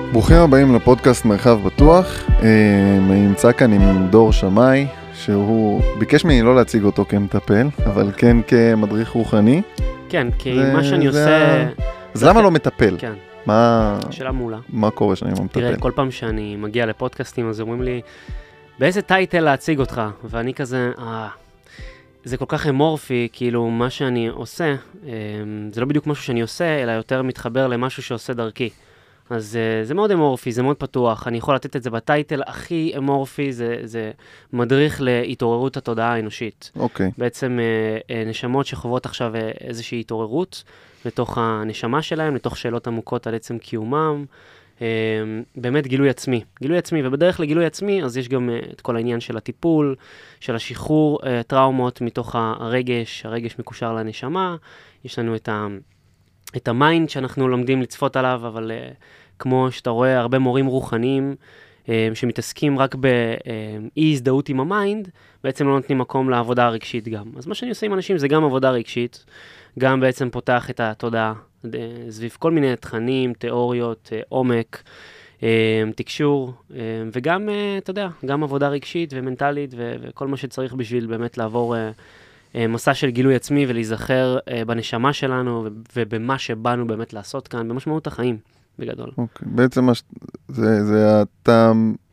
ברוכים הבאים לפודקאסט מרחב בטוח. אני נמצא כאן עם דור שמאי, שהוא ביקש ממני לא להציג אותו כמטפל, אבל כן כמדריך רוחני. כן, כי מה שאני עושה... אז למה לא מטפל? כן. שאלה מעולה. מה קורה שאני לא מטפל? תראה, כל פעם שאני מגיע לפודקאסטים, אז אומרים לי, באיזה טייטל להציג אותך? ואני כזה, זה כל כך אמורפי, כאילו מה שאני עושה, זה לא בדיוק משהו שאני עושה, אלא יותר מתחבר למשהו שעושה דרכי. אז זה מאוד אמורפי, זה מאוד פתוח, אני יכול לתת את זה בטייטל הכי אמורפי, זה מדריך להתעוררות התודעה האנושית. אוקיי. בעצם נשמות שחוות עכשיו איזושהי התעוררות לתוך הנשמה שלהם, לתוך שאלות עמוקות על עצם קיומם, באמת גילוי עצמי, ובדרך לגילוי עצמי, אז יש גם את כל העניין של הטיפול, של השחרור טראומות מתוך הרגש מקושר לנשמה, יש לנו את המיינד שאנחנו לומדים לצפות עליו, אבל כמו שאתה רואה, הרבה מורים רוחניים שמתעסקים רק באי הזדהות עם המיינד, בעצם לא נותנים מקום לעבודה הרגשית גם. אז מה שאני עושה עם אנשים זה גם עבודה רגשית, גם בעצם פותח את התודעה סביב כל מיני תכנים, תיאוריות, עומק, תקשור, וגם, אתה יודע, גם עבודה רגשית ומנטלית וכל מה שצריך בשביל באמת לעבור מסע של גילוי עצמי ולהיזכר בנשמה שלנו ובמה שבאנו באמת לעשות כאן, במשמעות החיים, בגדול. אוקיי, בעצם אתה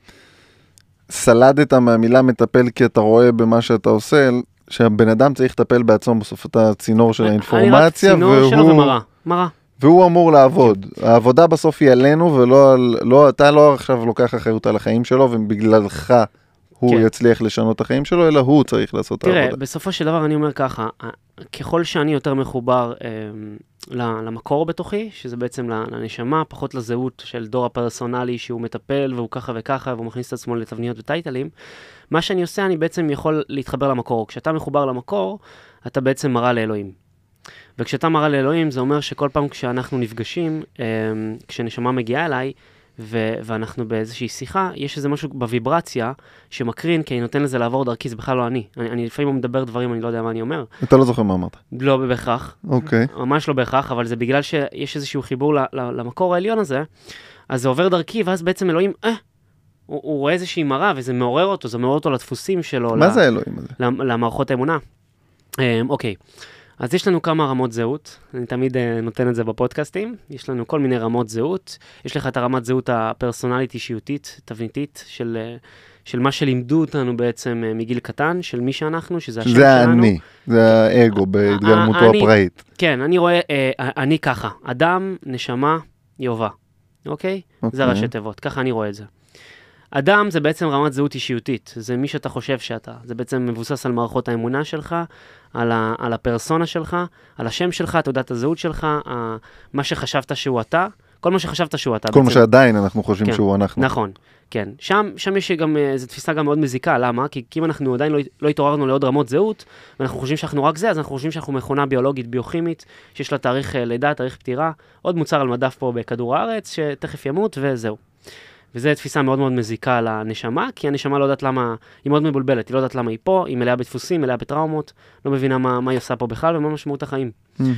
סלדת מהמילה מטפל כי אתה רואה במה שאתה עושה, שהבן אדם צריך לטפל בעצמו בסוף את הצינור של האינפורמציה, אני רק צינור שלו ומראה. והוא אמור לעבוד. העבודה בסוף היא עלינו, אתה לא עכשיו לוקח אחריות על החיים שלו, ובגללך הוא יצליח לשנות את החיים שלו, אלא הוא צריך לעשות את העבודה. תראה, בסופו של דבר אני אומר ככה, ככל שאני יותר מחובר למקור בתוכי, שזה בעצם לנשמה, פחות לזהות של דור הפרסונלי שהוא מטפל, והוא ככה וככה, והוא מכניס את עצמו לתבניות וטייטלים, מה שאני עושה, אני בעצם יכול להתחבר למקור. כשאתה מחובר למקור, אתה בעצם מראה לאלוהים. וכשאתה מראה לאלוהים, זה אומר שכל פעם כשאנחנו נפגשים, כשנשמה מגיעה אליי, ואנחנו באיזושהי שיחה, יש איזה משהו בוויברציה שמקרין, כי אני נותן לזה לעבור דרכי, זה בכלל לא אני. אני לפעמים מדבר דברים, אני לא יודע מה אני אומר. אתה לא זוכר מה אמרת. לא בהכרח. אוקיי. ממש לא בהכרח, אבל זה בגלל שיש איזשהו חיבור למקור העליון הזה, אז זה עובר דרכי, ואז בעצם אלוהים, הוא רואה איזושהי מראה, וזה מעורר אותו, זה מעורר אותו לדפוסים שלו. מה זה האלוהים הזה? למערכות האמונה. אוקיי. אז יש לנו כמה רמות זהות, אני תמיד נותן את זה בפודקאסטים, יש לנו כל מיני רמות זהות, יש לך את הרמת זהות הפרסונלית אישיותית, תבניתית, של מה שלימדו אותנו בעצם מגיל קטן, של מי שאנחנו, שזה השם שלנו. זה אני, זה האגו בהתגלמותו הפראית. כן, אני רואה, אני ככה, אדם, נשמה, יובה, אוקיי? זה ראשי תיבות, ככה אני רואה את זה. אדם זה בעצם רמת זהות אישיותית, זה מי שאתה חושב שאתה, זה בעצם מבוסס על מערכות האמונה שלך, על הפרסונה שלך, על השם שלך, תעודת הזהות שלך, מה שחשבת שהוא אתה, כל מה שחשבת שהוא אתה. כל מה שעדיין אנחנו חושבים שהוא אנחנו. נכון, כן. שם יש גם, זו תפיסה גם מאוד מזיקה, למה? כי אם אנחנו עדיין לא התעוררנו לעוד רמות זהות, ואנחנו חושבים שאנחנו רק זה, אז אנחנו חושבים שאנחנו מכונה ביולוגית, ביוכימית, שיש לה תאריך לידה, תאריך פטירה, עוד מוצר על מדף פה בכדור הארץ, שתכף ימות וזהו. וזו תפיסה מאוד מאוד מזיקה לנשמה, כי הנשמה לא יודעת למה, היא מאוד מבולבלת, היא לא יודעת למה היא פה, היא מלאה דפוסים, מלאה בטראומות, לא מבינה מה היא עושה פה בכלל ומה משמעות החיים.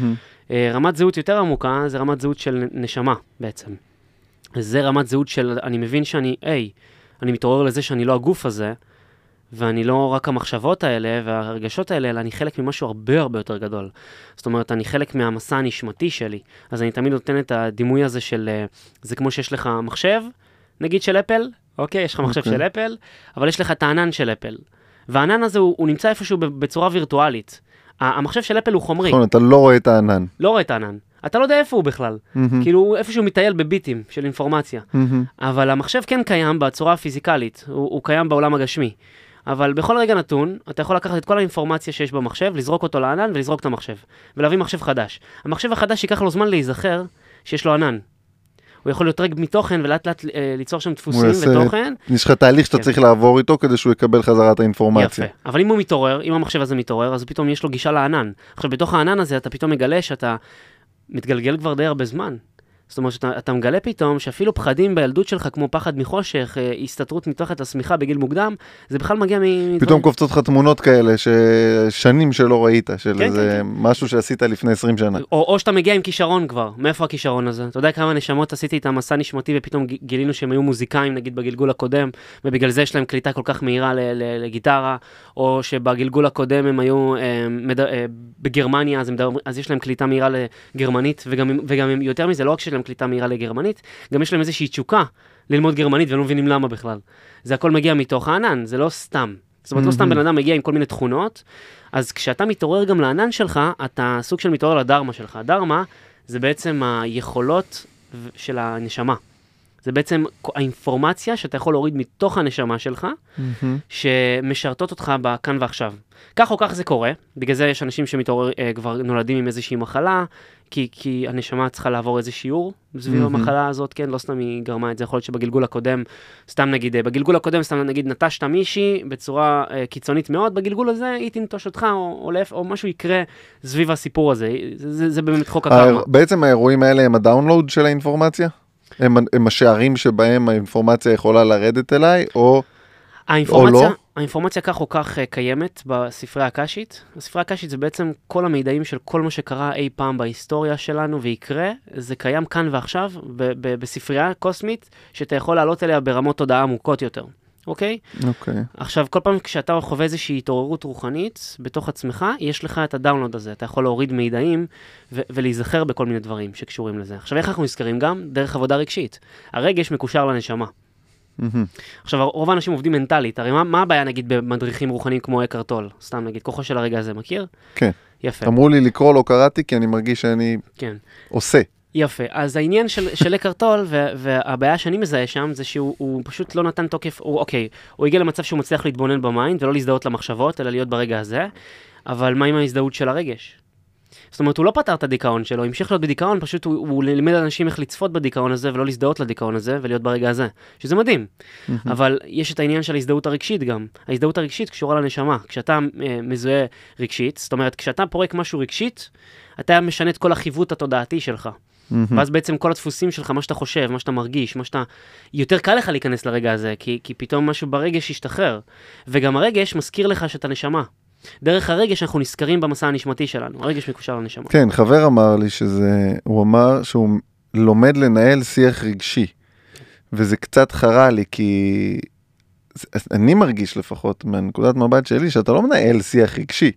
רמת זהות יותר עמוקה, זה רמת זהות של נשמה בעצם. זה רמת זהות של, אני מבין שאני מתעורר לזה שאני לא הגוף הזה, ואני לא רק המחשבות האלה והרגשות האלה, אלא אני חלק ממשהו הרבה הרבה יותר גדול. זאת אומרת, אני חלק מהמסע הנשמתי שלי. אז אני תמיד נותן את הדימוי הזה של, זה כמו שיש לך מחשב, נגיד של אפל, אוקיי, יש לך מחשב של אפל, אבל יש לך את הענן של אפל. והענן הזה הוא נמצא איפשהו בצורה וירטואלית. המחשב של אפל הוא חומרי. נכון, אתה לא רואה את הענן. לא רואה את הענן. אתה לא יודע איפה הוא בכלל. כאילו, הוא איפשהו מטייל בביטים של אינפורמציה. אבל המחשב כן קיים בצורה הפיזיקלית, הוא קיים בעולם הגשמי. אבל בכל רגע נתון, אתה יכול לקחת את כל האינפורמציה שיש במחשב, לזרוק אותו לענן ולזרוק את המחשב. ולהביא מחשב חדש. המחשב החדש ייקח לו זמן להיזכר שיש לו ענן. הוא יכול להיות רגע מתוכן ולאט לאט ליצור שם דפוסים ותוכן. יש לך תהליך שאתה צריך לעבור איתו כדי שהוא יקבל חזרת האינפורמציה. יפה. אבל אם הוא מתעורר, אם המחשב הזה מתעורר, אז פתאום יש לו גישה לענן. עכשיו, בתוך הענן הזה אתה פתאום מגלה שאתה מתגלגל כבר די הרבה זמן. זאת אומרת שאתה מגלה פתאום שאפילו פחדים בילדות שלך, כמו פחד מחושך, הסתתרות מתחת לשמיכה בגיל מוקדם, זה בכלל מגיע פתאום קופצות לך תמונות כאלה, ששנים שלא ראית, של איזה משהו שעשית לפני 20 שנה. או שאתה מגיע עם כישרון כבר, מאיפה הכישרון הזה? אתה יודע כמה נשמות עשיתי איתם מסע נשמתי, ופתאום גילינו שהם היו מוזיקאים, נגיד בגלגול הקודם, ובגלל זה יש להם קליטה כל כך מהירה לגיטרה, או שבגלגול הקודם הם היו בגרמניה, אז יש להם קליטה מהירה לגרמנית, וגם יותר מזה, לא רק שיש להם קליטה מהירה לגרמנית, גם יש להם איזושהי תשוקה ללמוד גרמנית, ולא מבינים למה בכלל. זה הכל מגיע מתוך הענן, זה לא סתם. זאת אומרת, לא סתם בן אדם מגיע עם כל מיני תכונות, אז כשאתה מתעורר גם לענן שלך, אתה סוג של מתעורר לדרמה שלך. הדרמה זה בעצם היכולות של הנשמה. זה בעצם האינפורמציה שאתה יכול להוריד מתוך הנשמה שלך, שמשרתות אותך בכאן ועכשיו. כך או כך זה קורה, בגלל זה יש אנשים כבר נולדים עם איזושהי מחלה, כי הנשמה צריכה לעבור איזה שיעור סביב המחלה הזאת, כן, לא סתם היא גרמה את זה, יכול להיות שבגלגול הקודם, סתם נגיד, נטשת מישהי בצורה קיצונית מאוד, בגלגול הזה היא תנטוש אותך, או משהו יקרה סביב הסיפור הזה, זה באמת חוק הקרמה. בעצם האירועים האלה הם הדאונלוד של האינפורמציה? הם השערים שבהם האינפורמציה יכולה לרדת אליי, או לא? האינפורמציה כך או כך קיימת בספרי הקשית. הספרי הקשית זה בעצם כל המידעים של כל מה שקרה אי פעם בהיסטוריה שלנו ויקרה, זה קיים כאן ועכשיו בספרייה קוסמית, שאתה יכול לעלות אליה ברמות תודעה עמוקות יותר. אוקיי? אוקיי. עכשיו, כל פעם כשאתה חווה איזושהי התעוררות רוחנית בתוך עצמך, יש לך את הדאונלוד הזה. אתה יכול להוריד מידעים ולהיזכר בכל מיני דברים שקשורים לזה. עכשיו, איך אנחנו נזכרים גם? דרך עבודה רגשית. הרגש מקושר לנשמה. עכשיו, רוב האנשים עובדים מנטלית. הרי מה הבעיה, נגיד, במדריכים רוחניים כמו אקהרט טול? סתם, נגיד, כוחו של הרגע הזה, מכיר? כן. יפה. אמרו לי לקרוא לא קראתי, כי אני מרגיש שאני עושה. יפה, אז העניין של אקהרט טול, והבעיה שאני מזהה שם, זה שהוא פשוט לא נתן תוקף, הוא הגיע למצב שהוא מצליח להתבונן במיינד, ולא להזדהות למחשבות, אלא להיות ברגע הזה, אבל מה עם ההזדהות של הרגש? זאת אומרת, הוא לא פתר את הדיכאון שלו, המשיך להיות בדיכאון, פשוט הוא לימד אנשים איך לצפות בדיכאון הזה, ולא להזדהות לדיכאון הזה, ולהיות ברגע הזה, שזה מדהים. אבל יש את העניין של ההזדהות הרגשית גם. ההזדהות הרגשית קשורה לנשמה. כשאתה מזוהה רגשית, זאת אומרת, כשאתה פורק משהו רגשית, אתה משנה את כל החיווט התודעתי שלך. ואז בעצם כל הדפוסים שלך, מה שאתה חושב, מה שאתה מרגיש, יותר קל לך להיכנס לרגע הזה, כי פתאום משהו ברגש ישתחרר. וגם הרגש מזכיר לך שאתה נשמה. דרך הרגש אנחנו נזכרים במסע הנשמתי שלנו. הרגש מקושר לנשמה. כן, חבר אמר לי הוא אמר שהוא לומד לנהל שיח רגשי. וזה קצת חרה לי, כי אני מרגיש לפחות מהנקודת מבט שלי, שאתה לא מנהל שיח רגשי.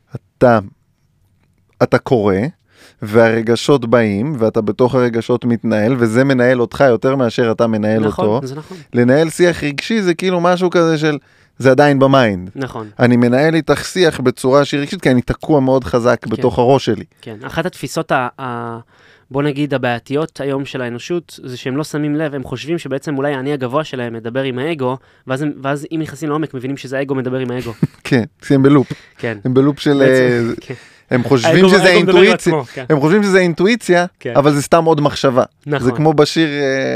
אתה קורא, והרגשות באים, ואתה בתוך הרגשות מתנהל, וזה מנהל אותך יותר מאשר אתה מנהל אותו. זה נכון. לנהל שיח רגשי זה כאילו משהו כזה של, זה עדיין במיינד. נכון. אני מנהל איתך שיח בצורה שהיא רגשית, כי אני תקוע מאוד חזק בתוך הראש שלי. כן, אחת התפיסות בוא נגיד הבעייתיות היום של האנושות, זה שהם לא שמים לב, הם חושבים שבעצם אולי האני הגבוה שלהם מדבר עם האגו, ואז אם נכנסים לעומק, מבינים שזה האגו מדבר עם האגו. כן, הם בלופ. כן. הם בלופ של... הם חושבים שזה אינטואיציה, הם חושבים שזה אינטואיציה, אבל זה סתם עוד מחשבה. זה כמו בשיר...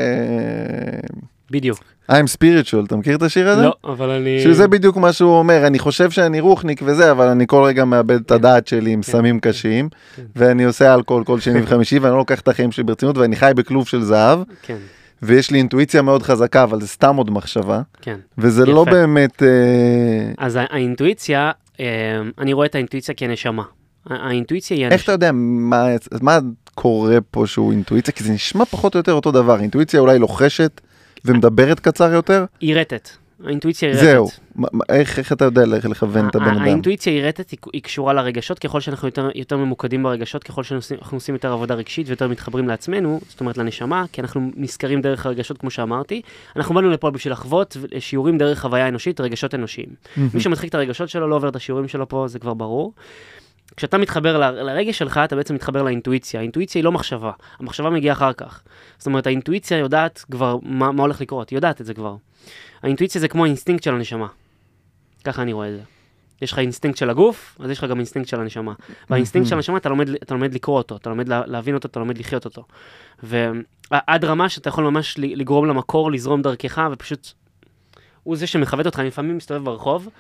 בדיוק. I'm spiritual, אתה מכיר את השיר הזה? לא, אבל אני... שזה בדיוק מה שהוא אומר, אני חושב שאני רוחניק וזה, אבל אני כל רגע מאבד את הדעת שלי עם סמים קשים, ואני עושה אלכוהול כל שני וחמישי, ואני לא לוקח את החיים שלי ברצינות, ואני חי בכלוב של זהב, ויש לי אינטואיציה מאוד חזקה, אבל זה סתם עוד מחשבה, וזה לא באמת... אז האינטואיציה, אני רואה את האינטואיציה כנשמה. האינטואיציה היא... איך אתה יודע מה קורה פה שהוא אינטואיציה? כי זה נשמע פחות או יותר אותו דבר. אינטואיציה אולי לוחשת ומדברת קצר יותר? היא רטט. האינטואיציה היא רטט. זהו. איך אתה יודע לכוון את הבן אדם? האינטואיציה היא רטט, היא קשורה לרגשות. ככל שאנחנו יותר ממוקדים ברגשות, ככל שאנחנו עושים יותר עבודה רגשית ויותר מתחברים לעצמנו, זאת אומרת לנשמה, כי אנחנו נזכרים דרך הרגשות, כמו שאמרתי. אנחנו באנו לפה בשביל לחוות שיעורים דרך חוויה אנושית, רגשות אנושיים. מי שמדחיק את הרגשות שלו לא עובר את השיעורים שלו פה, זה כבר ברור. כשאתה מתחבר לרגש שלך, אתה בעצם מתחבר לאינטואיציה. האינטואיציה היא לא מחשבה. המחשבה מגיעה אחר כך. זאת אומרת, האינטואיציה יודעת כבר מה הולך לקרות. היא יודעת את זה כבר. האינטואיציה זה כמו האינסטינקט של הנשמה. ככה אני רואה את זה. יש לך אינסטינקט של הגוף, אז יש לך גם אינסטינקט של הנשמה. והאינסטינקט של הנשמה, אתה לומד לקרוא אותו, אתה לומד להבין אותו, אתה לומד לחיות אותו. ועד רמה שאתה יכול ממש לגרום למקור, לזרום דרכך, ופשוט הוא זה שמכוות אותך. אני לפעמים מסתובב ברחוב,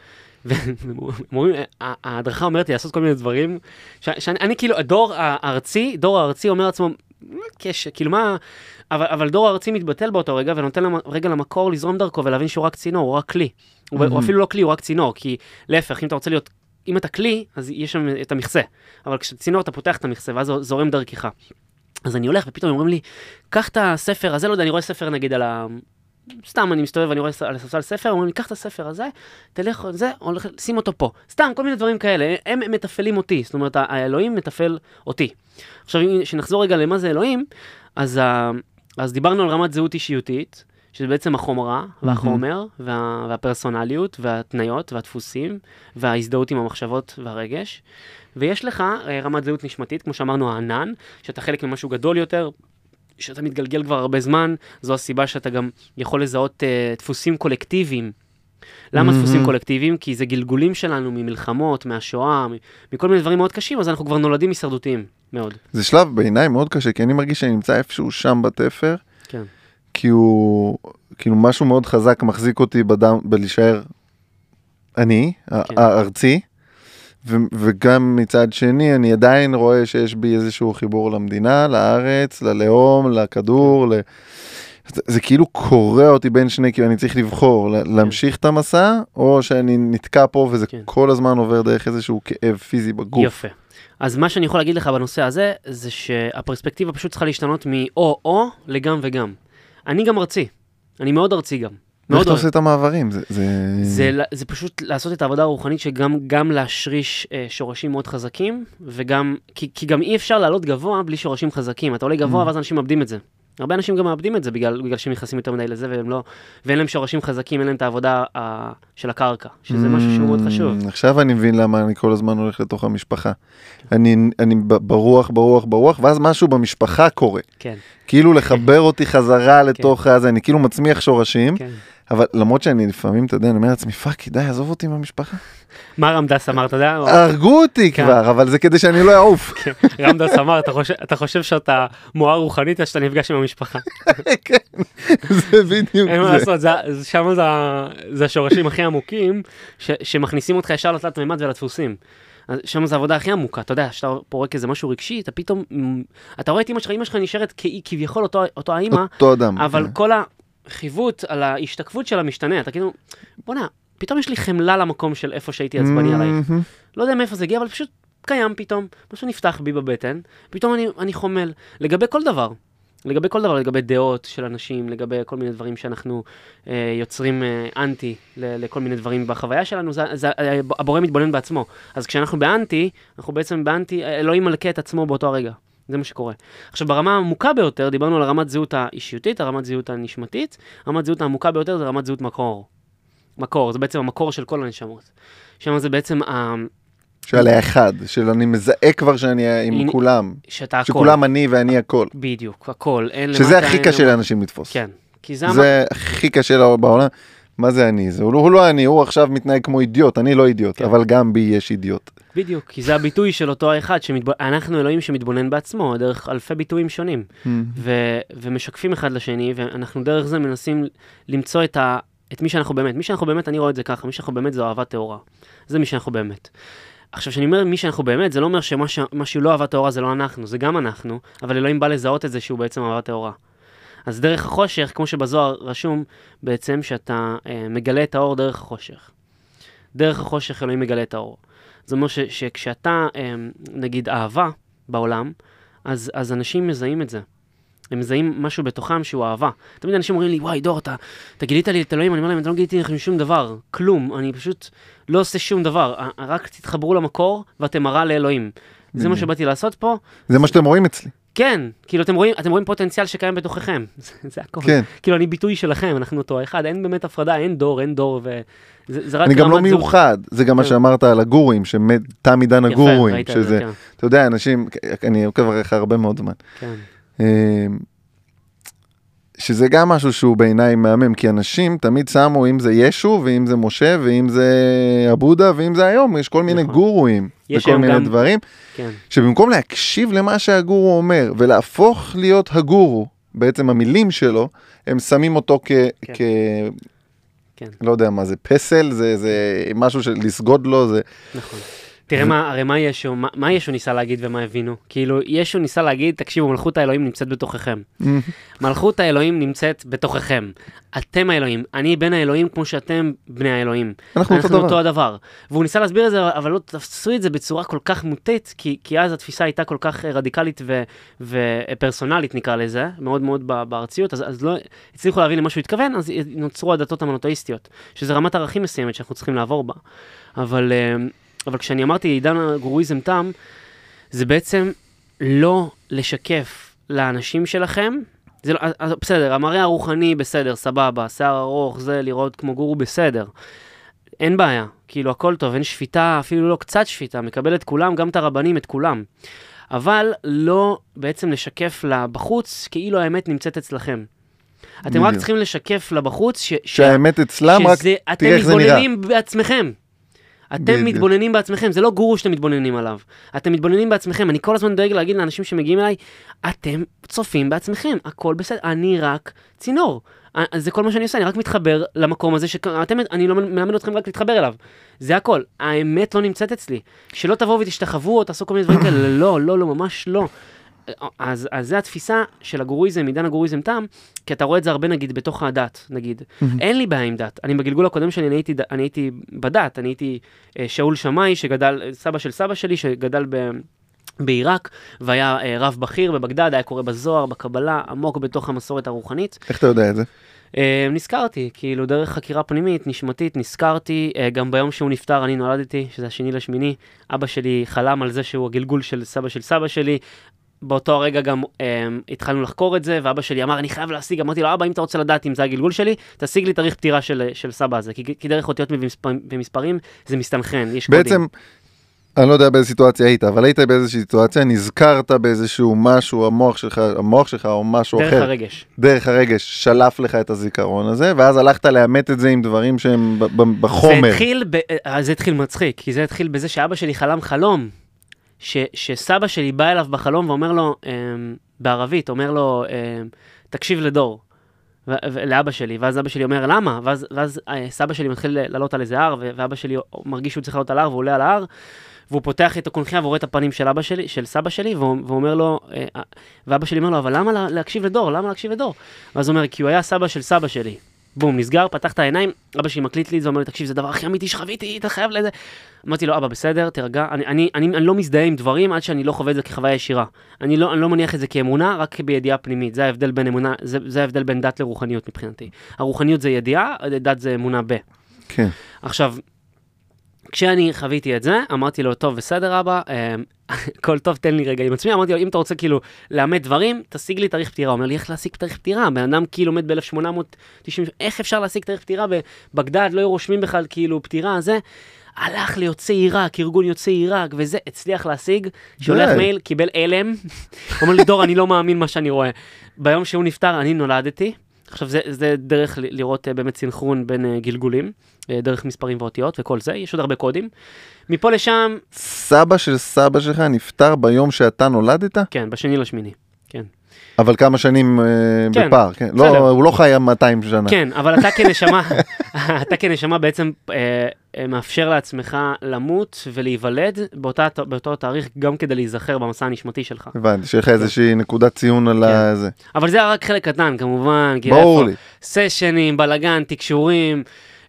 ההדרכה אומרת לי לעשות כל מיני דברים, שאני כאילו, הדור הארצי אומר לעצמו, כאילו מה, אבל דור הארצי מתבטל באותו רגע, ונותן רגע למקור לזרום דרכו, ולהבין שהוא רק צינור, הוא רק כלי. הוא אפילו לא כלי, הוא רק צינור, כי להפך, אם אתה רוצה להיות, אם אתה כלי, אז יש שם את המכסה. אבל כשצינור אתה פותח את המכסה, ואז זורם דרכך. אז אני הולך, ופתאום אומרים לי, קח את הספר הזה, לא יודע, אני רואה ספר נגיד על סתם אני מסתובב ואני רואה על הספסל ספר, אומרים לי, קח את הספר הזה, תלך, שים אותו פה. סתם, כל מיני דברים כאלה, הם מתפעלים אותי, זאת אומרת, האלוהים מתפעל אותי. עכשיו, שנחזור רגע למה זה אלוהים, אז דיברנו על רמת זהות אישיותית, שזה בעצם החומרה, והחומר, והפרסונליות, והתניות, והדפוסים, וההזדהות עם המחשבות והרגש. ויש לך רמת זהות נשמתית, כמו שאמרנו, הענן, שאתה חלק ממשהו גדול יותר, שאתה מתגלגל כבר הרבה זמן, זו הסיבה שאתה גם יכול לזהות דפוסים קולקטיביים. למה דפוסים קולקטיביים? כי זה גלגולים שלנו ממלחמות, מהשואה, מכל מיני דברים מאוד קשים, אז אנחנו כבר נולדים הישרדותיים מאוד. זה שלב בעיניי מאוד קשה, כי אני מרגיש שאני נמצא איפשהו שם בתפר, כן. כי הוא, כאילו משהו מאוד חזק מחזיק אותי בלהישאר אני, הארצי, וגם מצד שני, אני עדיין רואה שיש בי איזשהו חיבור למדינה, לארץ, ללאום, לכדור, זה כאילו קורא אותי בין שני, כי אני צריך לבחור, להמשיך את המסע, או שאני נתקע פה, וזה כל הזמן עובר דרך איזשהו כאב פיזי בגוף. יפה. אז מה שאני יכול להגיד לך בנושא הזה, זה שהפרספקטיבה פשוט צריכה להשתנות מ-או לגם וגם. אני גם ארצי. אני מאוד ארצי גם. איך אתה עושה את המעברים? זה פשוט לעשות את העבודה הרוחנית שגם להשריש שורשים מאוד חזקים, וגם, כי גם אי אפשר לעלות גבוה בלי שורשים חזקים. אתה עולה גבוה ואז אנשים מאבדים את זה. הרבה אנשים גם מאבדים את זה בגלל שהם נכנסים יותר מדי לזה, ואין להם שורשים חזקים, אין להם את העבודה של הקרקע, שזה משהו שהוא מאוד חשוב. עכשיו אני מבין למה אני כל הזמן הולך לתוך המשפחה. אני ברוח, ואז משהו במשפחה קורה. כן. כאילו לחבר אותי חזרה לתוך הזה, אני כאילו מצמיח שורשים, אבל למרות שאני לפעמים, אתה יודע, אני אומר לעצמי, פאק, די, עזוב אותי מהמשפחה. מה רמדס אמר, אתה יודע? הרגו אותי כבר, אבל זה כדי שאני לא אעוף. רמדס אמר, אתה חושב שאתה מואר רוחנית, שאתה נפגש עם המשפחה. כן, זה בדיוק זה. שם זה השורשים הכי עמוקים, שמכניסים אותך ישר לתלת מימד ולדפוסים. שם זה העבודה הכי עמוקה, אתה יודע, שאתה פורק איזה משהו רגשי, אתה פתאום, אתה רואה את אמא שלך נשארת כביכול אותו האמא, אותו אדם. אבל כל החיווט על ההשתקפות שלה משתנה, אתה כאילו, בוא'נה, פתאום יש לי חמלה למקום של איפה שהייתי עצבני עלייך. לא יודע מאיפה זה הגיע, אבל פשוט קיים פתאום, משהו נפתח בי בבטן, פתאום אני חומל, לגבי כל דבר, לגבי דעות של אנשים, לגבי כל מיני דברים שאנחנו יוצרים אנטי לכל מיני דברים בחוויה שלנו, הבורא מתבונן בעצמו. אז כשאנחנו באנטי, אנחנו בעצם באנטי, אלוהים מלכה את עצמו באותו הרגע. זה מה שקורה. עכשיו, ברמה העמוקה ביותר, דיברנו על רמת זהות האישיותית, הרמת זהות הנשמתית, רמת זהות העמוקה ביותר זה רמת זהות מקור, זה בעצם המקור של כל הנשמות. שם זה בעצם של האחד, של אני מזהה כבר שאני עם כולם. שאתה הכל. שכולם אני ואני הכל. בדיוק, הכל. שזה הכי קשה לאנשים לתפוס. כן. זה הכי קשה בעולם. מה זה אני? הוא לא אני, הוא עכשיו מתנהג כמו אידיוט, אני לא אידיוט, אבל גם בי יש אידיוט. בדיוק, כי זה הביטוי של אותו האחד, אנחנו אלוהים שמתבונן בעצמו, דרך אלפי ביטויים שונים, ומשקפים אחד לשני, ואנחנו דרך זה מנסים למצוא את מי שאנחנו באמת. מי שאנחנו באמת, אני רואה את זה ככה, מי שאנחנו באמת זו אהבה טהורה. זה מי שאנחנו באמת. עכשיו, כשאני אומר מי שאנחנו באמת, זה לא אומר שמה שהוא לא אהבה טהורה זה לא אנחנו, זה גם אנחנו, אבל אלוהים בא לזהות את זה שהוא בעצם אהבה טהורה. אז דרך החושך, כמו שבזוהר רשום, בעצם שאתה מגלה את האור דרך החושך. דרך החושך אלוהים מגלה את האור. זאת אומרת שכשאתה, נגיד, אהבה בעולם, אז אנשים מזהים את זה. הם מזהים משהו בתוכם שהוא אהבה. תמיד אנשים אומרים לי, וואי, דור, אתה גילית לי את אלוהים, אני אומר להם, אתה לא גיליתי לכם שום דבר, כלום, אני פשוט לא עושה שום דבר, רק תתחברו למקור ואתם מראה לאלוהים. זה מה שבאתי לעשות פה. זה מה שאתם רואים אצלי. כן, כאילו אתם רואים פוטנציאל שקיים בתוככם, זה הכל. כן. כאילו אני ביטוי שלכם, אנחנו אותו אחד, אין באמת הפרדה, אין דור, וזה רק... אני גם לא מיוחד, זה גם מה שאמרת על הגורואים, שתם עידן הגורואים, שזה, אתה יודע, אנשים, אני עוקב אחריך הרבה מאוד זמן. כן. שזה גם משהו שהוא בעיניי מהמם, כי אנשים תמיד שמו, אם זה ישו, ואם זה משה, ואם זה הבודה, ואם זה היום, יש כל מיני גורואים, וכל מיני דברים, שבמקום להקשיב למה שהגורו אומר, ולהפוך להיות הגורו, בעצם המילים שלו, הם שמים אותו כן. לא יודע מה, זה פסל, זה משהו של לסגוד לו, זה... נכון. תראה, הרי מה ישו ניסה להגיד ומה הבינו? כאילו, ישו ניסה להגיד, תקשיבו, מלכות האלוהים נמצאת בתוככם. מלכות האלוהים נמצאת בתוככם. אתם האלוהים. אני בן האלוהים כמו שאתם בני האלוהים. אנחנו אותו הדבר. והוא ניסה להסביר את זה, אבל לא תפסו את זה בצורה כל כך מוטית, כי אז התפיסה הייתה כל כך רדיקלית ופרסונלית, נקרא לזה, מאוד מאוד בארציות, אז לא הצליחו להבין למה שהוא התכוון, אז נוצרו הדתות המונותאיסטיות, שזה רמת ערכים מסוימת שאנחנו צריכים לעבור בה. אבל כשאני אמרתי עידן הגורואיזם תם, זה בעצם לא לשקף לאנשים שלכם, זה לא, בסדר, המראה הרוחני בסדר, סבבה, שיער ארוך, זה לראות כמו גורו בסדר, אין בעיה, כאילו הכל טוב, אין שפיטה, אפילו לא קצת שפיטה, מקבל את כולם, גם את הרבנים, את כולם, אבל לא בעצם לשקף לבחוץ, כאילו האמת נמצאת אצלכם. אתם רק צריכים לשקף לבחוץ, שהאמת אצלם, רק תראה איך זה נראה. אתם מתבוננים בעצמכם. אתם מתבוננים בעצמכם, זה לא גורו שאתם מתבוננים עליו. אתם מתבוננים בעצמכם, אני כל הזמן דואג להגיד לאנשים שמגיעים אליי, אתם צופים בעצמכם, הכל בסדר, אני רק צינור. זה כל מה שאני עושה, אני רק מתחבר למקום הזה, אני לא מלמד אתכם רק להתחבר אליו. זה הכל, האמת לא נמצאת אצלי. שלא תבואו ותשתחוו או תעשו כל מיני דברים כאלה, לא, לא, לא, ממש לא. אז זה התפיסה של הגורואיזם, עידן הגורואיזם תם, כי אתה רואה את זה הרבה נגיד בתוך הדת, נגיד. אין לי בעיה עם דת. אני בגלגול הקודם שלי, אני הייתי בדת, אני הייתי שאול שמאי, שגדל, סבא של סבא שלי, שגדל בעיראק, והיה רב בכיר בבגדד, היה קורא בזוהר, בקבלה, עמוק בתוך המסורת הרוחנית. איך אתה יודע את זה? נזכרתי, כאילו דרך חקירה פנימית, נשמתית, נזכרתי, גם ביום שהוא נפטר אני נולדתי, שזה 2/8, אבא שלי חלם על זה שהוא הגלגול של סבא שלי, באותו הרגע גם התחלנו לחקור את זה, ואבא שלי אמר, אני חייב להשיג, אמרתי לו, אבא, אם אתה רוצה לדעת אם זה הגלגול שלי, תשיג לי תאריך פטירה של סבא הזה, כי דרך אותיות ומספרים זה מסתנכרן, יש קודים. בעצם, אני לא יודע באיזו סיטואציה היית, אבל היית באיזושהי סיטואציה, נזכרת באיזשהו משהו, המוח שלך או משהו אחר. דרך הרגש. דרך הרגש, שלף לך את הזיכרון הזה, ואז הלכת לאמת את זה עם דברים שהם בחומר. זה התחיל מצחיק, כי זה התחיל בזה שאבא שלי חלם חלום, שסבא שלי בא אליו בחלום ואומר לו, בערבית, אומר לו, תקשיב לדור, לאבא שלי, ואז אבא שלי אומר, למה? ואז סבא שלי מתחיל לעלות על איזה הר, ואבא שלי מרגיש שהוא צריך לעלות על הר, והוא עולה על ההר, והוא פותח את הקונכייה ורואה את הפנים של סבא שלי, ואומר לו, ואבא שלי אומר לו, אבל למה להקשיב לדור? למה להקשיב לדור? ואז הוא אומר, כי הוא היה סבא של סבא שלי. בום, נסגר, פתח את העיניים, אבא שלי מקליט לי, זה אומר לי, תקשיב, זה דבר הכי אמיתי שחוויתי, אתה חייב לזה. אמרתי לו, אבא, בסדר, תרגע, אני לא מזדהה עם דברים עד שאני לא חווה את זה כחוויה ישירה. אני לא מניח את זה כאמונה, רק בידיעה פנימית. זה ההבדל בין אמונה, זה ההבדל בין דת לרוחניות מבחינתי. הרוחניות זה ידיעה, דת זה אמונה ב. כן. עכשיו, כשאני חוויתי את זה, אמרתי לו, טוב, בסדר, אבא, כל טוב, תן לי רגע עם עצמי, אמרתי לו, אם אתה רוצה כאילו לאמת דברים, תשיג לי תאריך פטירה. הוא אומר לי, איך להשיג תאריך פטירה? בן אדם כאילו מת ב-1890, איך אפשר להשיג תאריך פטירה? בבגדד לא היו רושמים בכלל כאילו פטירה, זה הלך ליוצאי עיראק, ארגון יוצאי עיראק, וזה הצליח להשיג, שולח מייל, קיבל אלם, אומר לי, דור, אני לא מאמין מה שאני רואה. ביום שהוא נפטר, אני נולדתי, עכשיו זה דרך לראות באמת סינכרון בין גלגולים, דרך מספרים ואותיות וכל זה, יש עוד הרבה קודים. מפה לשם... סבא של סבא שלך נפטר ביום שאתה נולדת? כן, ב2/8, כן. אבל כמה שנים כן, בפער, כן? לא, הוא לא חי 200 שנה. כן, אבל אתה כנשמה בעצם מאפשר לעצמך למות ולהיוולד באותו תאריך, גם כדי להיזכר במסע הנשמתי שלך. הבנתי, שיש לך איזושהי נקודת ציון על זה. אבל זה רק חלק קטן, כמובן. ברור לי. סשנים, בלגן, תקשורים,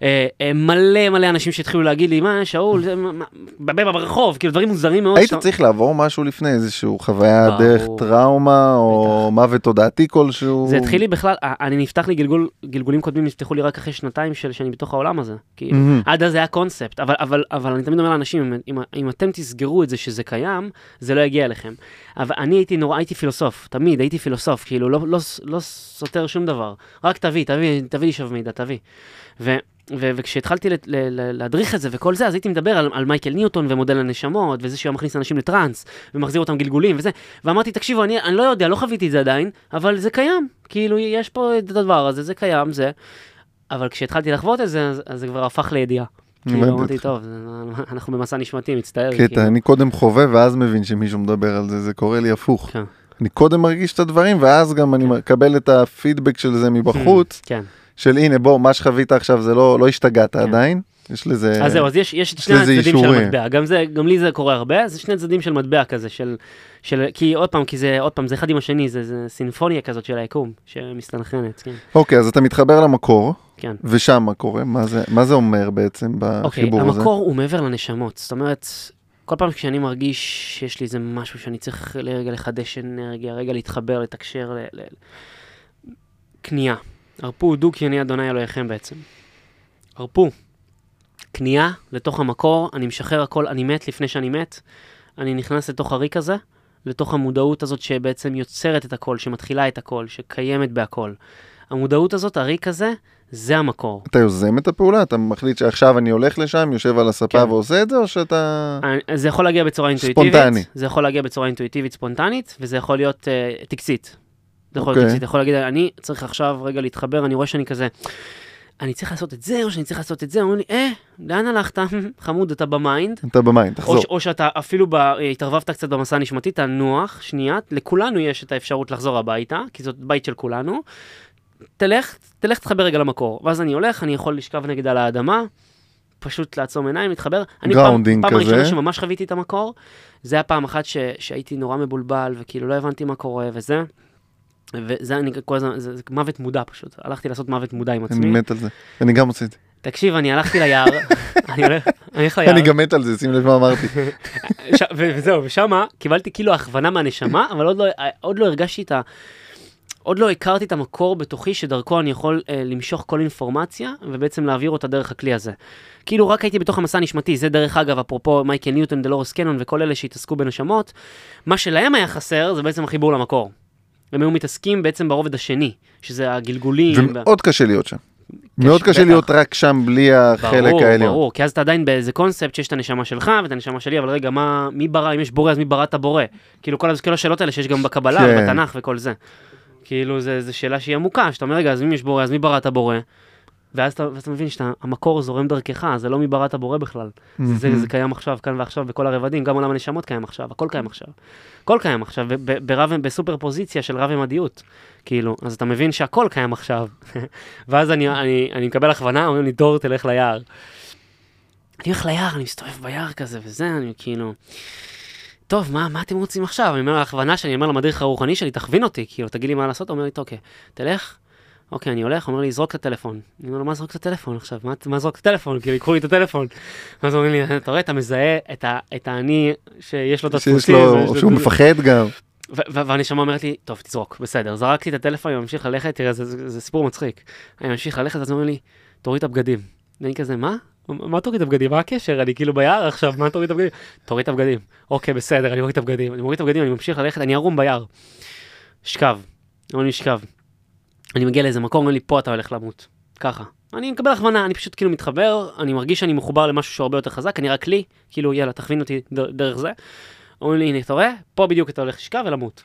מלא אנשים שהתחילו להגיד לי, מה, שאול, ברחוב, כאילו דברים מוזרים מאוד. היית צריך לעבור משהו לפני, איזשהו חוויה דרך טראומה, או מוות תודעתי כלשהו? זה התחיל לי בכלל, אני נפתח לי גלגולים קודמים, נפתחו לי רק אחרי 2 שאני בתוך העולם הזה. עד אז זה היה קונספט, אבל אני תמיד אומר לאנשים, אם אתם תסגרו את זה שזה קיים, זה לא יגיע אליכם. אבל אני הייתי פילוסוף, תמיד הייתי פילוסוף, כאילו לא סותר שום דבר. רק תביא לי שווה מידע, תביא. וכשהתחלתי להדריך את זה וכל זה, אז הייתי מדבר על מייקל ניוטון ומודל הנשמות, וזה שהוא מכניס אנשים לטרנס, ומחזיר אותם גלגולים וזה, ואמרתי, תקשיבו, אני לא יודע, לא חוויתי את זה עדיין, אבל זה קיים, כאילו, יש פה את הדבר הזה, זה קיים, זה, אבל כשהתחלתי לחוות את זה, אז זה כבר הפך לידיעה. כאילו, אמרתי, טוב, אנחנו במסע נשמתי, מצטער. קטע, אני קודם חווה, ואז מבין שמישהו מדבר על זה, זה קורה לי הפוך. אני קודם מרגיש את הדברים, ואז גם אני מקבל את הפידבק של זה מבחוץ, של הנה, בוא, מה שחווית עכשיו זה לא השתגעת עדיין. יש לזה... אז זהו, אז יש את שני הצדדים של המטבע. גם לי זה קורה הרבה, זה שני צדדים של מטבע כזה, כי עוד פעם, זה אחד עם השני, זה סינפוניה כזאת של היקום, שמסתנכרנת, כן. אוקיי, אז אתה מתחבר למקור, כן. ושם מה קורה? מה זה אומר בעצם בחיבור הזה? המקור הוא מעבר לנשמות, זאת אומרת, כל פעם כשאני מרגיש שיש לי איזה משהו שאני צריך לרגע לחדש אנרגיה, רגע להתחבר, לתקשר, קנייה. הרפו דו כי אני אדוני אלוהיכם בעצם. הרפו. קנייה לתוך המקור, אני משחרר הכל, אני מת לפני שאני מת, אני נכנס לתוך הריק הזה, לתוך המודעות הזאת שבעצם יוצרת את הכל, שמתחילה את הכל, שקיימת בהכל. המודעות הזאת, הריק הזה, זה המקור. אתה יוזם את הפעולה? אתה מחליט שעכשיו אני הולך לשם, יושב על הספה כן. ועושה את זה, או שאתה... זה יכול להגיע בצורה אינטואיטיבית. ספונטני. זה יכול להגיע בצורה אינטואיטיבית, ספונטנית, וזה יכול להיות טקסית. זה יכול להיות טקסית. יכול להגיד, אני צריך עכשיו רגע להתחבר, אני רואה שאני כזה... אני צריך לעשות את זה, או שאני צריך לעשות את זה, אומרים לי, לאן הלכת? חמוד, אתה במיינד. אתה במיינד, תחזור. או שאתה אפילו התערבבת קצת במסע הנשמתי, תנוח, שנייה, לכולנו יש את האפשרות לחזור הביתה, כי זאת בית של כולנו. תלך תחבר רגע למקור. ואז אני הולך, אני יכול לשכב נגד על האדמה, פשוט לעצום עיניים, להתחבר. גראונדינג כזה. פעם הראשונה שממש חוויתי את המקור, זה היה פעם אחת שהייתי נורא מבולבל, וכאילו לא הבנתי מה קורה, וזה. וזה אני כל הזמן, זה מוות מודע פשוט. הלכתי לעשות מוות מודע עם עצמי. אני מת על זה. אני גם עושה את זה. תקשיב, אני הלכתי ליער, אני הולך ליער. אני גם מת על זה, שים לב מה אמרתי. וזהו, ושמה קיבלתי כאילו הכוונה מהנשמה, אבל עוד לא הרגשתי עוד לא הכרתי את המקור בתוכי שדרכו אני יכול למשוך כל אינפורמציה, ובעצם להעביר אותה דרך הכלי הזה. כאילו רק הייתי בתוך המסע הנשמתי, זה דרך אגב, אפרופו מייקל ניוטון, דלורס קנון וכל אלה שהתעסקו בנשמות, מה שלהם היה חסר זה בעצם החיבור למקור. הם היו מתעסקים בעצם ברובד השני, שזה הגלגולים. ומאוד קשה להיות שם. מאוד קשה להיות רק שם בלי החלק העליון. ברור, כי אז אתה עדיין באיזה קונספט שיש את הנשמה שלך ואת הנשמה שלי, אבל רגע, מי ברא, אם יש בורא, אז מי ברא את הבורא? כאילו כל השאלות האלה שיש גם בקבלה, בתנ"ך וכל זה. כאילו זו שאלה שהיא עמוקה, שאתה אומר, רגע, אז אם יש בורא, אז מי ברא את הבורא? ואז אתה מבין שהמקור זורם דרכך, זה לא מי ברא את הבורא בכלל. זה קיים עכשיו, כאן ועכשיו, בכל הרבדים, גם עולם הנשמות קיים עכשיו, הכל קיים עכשיו. הכל קיים עכשיו, בסופר פוזיציה של רב ומדיות. כאילו, אז אתה מבין שהכל קיים עכשיו. ואז אני מקבל הכוונה, אומרים לי, דור, תלך ליער. אני הולך ליער, אני מסתובב ביער כזה, וזה, אני כאילו... טוב, מה אתם רוצים עכשיו? אני אומר להכוונה שאני אומר למדריך הרוחני שלי, תכווין אותי, כאילו, תגיד לי מה לעשות, הוא אומר לי, אוקיי, תלך. אוקיי, אני הולך, אומר לי, זרוק את הטלפון. אני אומר לו, מה זרוק את הטלפון עכשיו? מה זרוק את הטלפון? כאילו, יקחו לי את הטלפון. אז הוא אומר לי, אתה רואה, אתה מזהה את האני שיש לו את הדפוסים. שהוא מפחד גם. והנשמה אומרת לי, טוב, תזרוק, בסדר. זרקתי את הטלפון, אני ממשיך ללכת, תראה, זה סיפור מצחיק. אני ממשיך ללכת, אז הוא אומר לי, תוריד את הבגדים. ואני כזה, מה תוריד את הבגדים? מה הקשר? אני כאילו ביער עכשיו, מה תוריד את הבגדים? תוריד את הבגדים. אוקיי, בסדר, אני מוריד את הבגדים. אני מוריד את הבגדים, אני ממשיך ללכת, אני ערום ביער. שכב. אני משכב. אני מגיע לאיזה מקום, אומר לי, פה אתה הולך למות. ככה. אני מקבל הכוונה, אני פשוט כאילו מתחבר, אני מרגיש שאני מחובר למשהו שהרבה יותר חזק, אני רק לי, כאילו, יאללה, תכווין אותי דרך זה. אומרים לי, הנה, אתה רואה? פה בדיוק אתה הולך לשכב ולמות.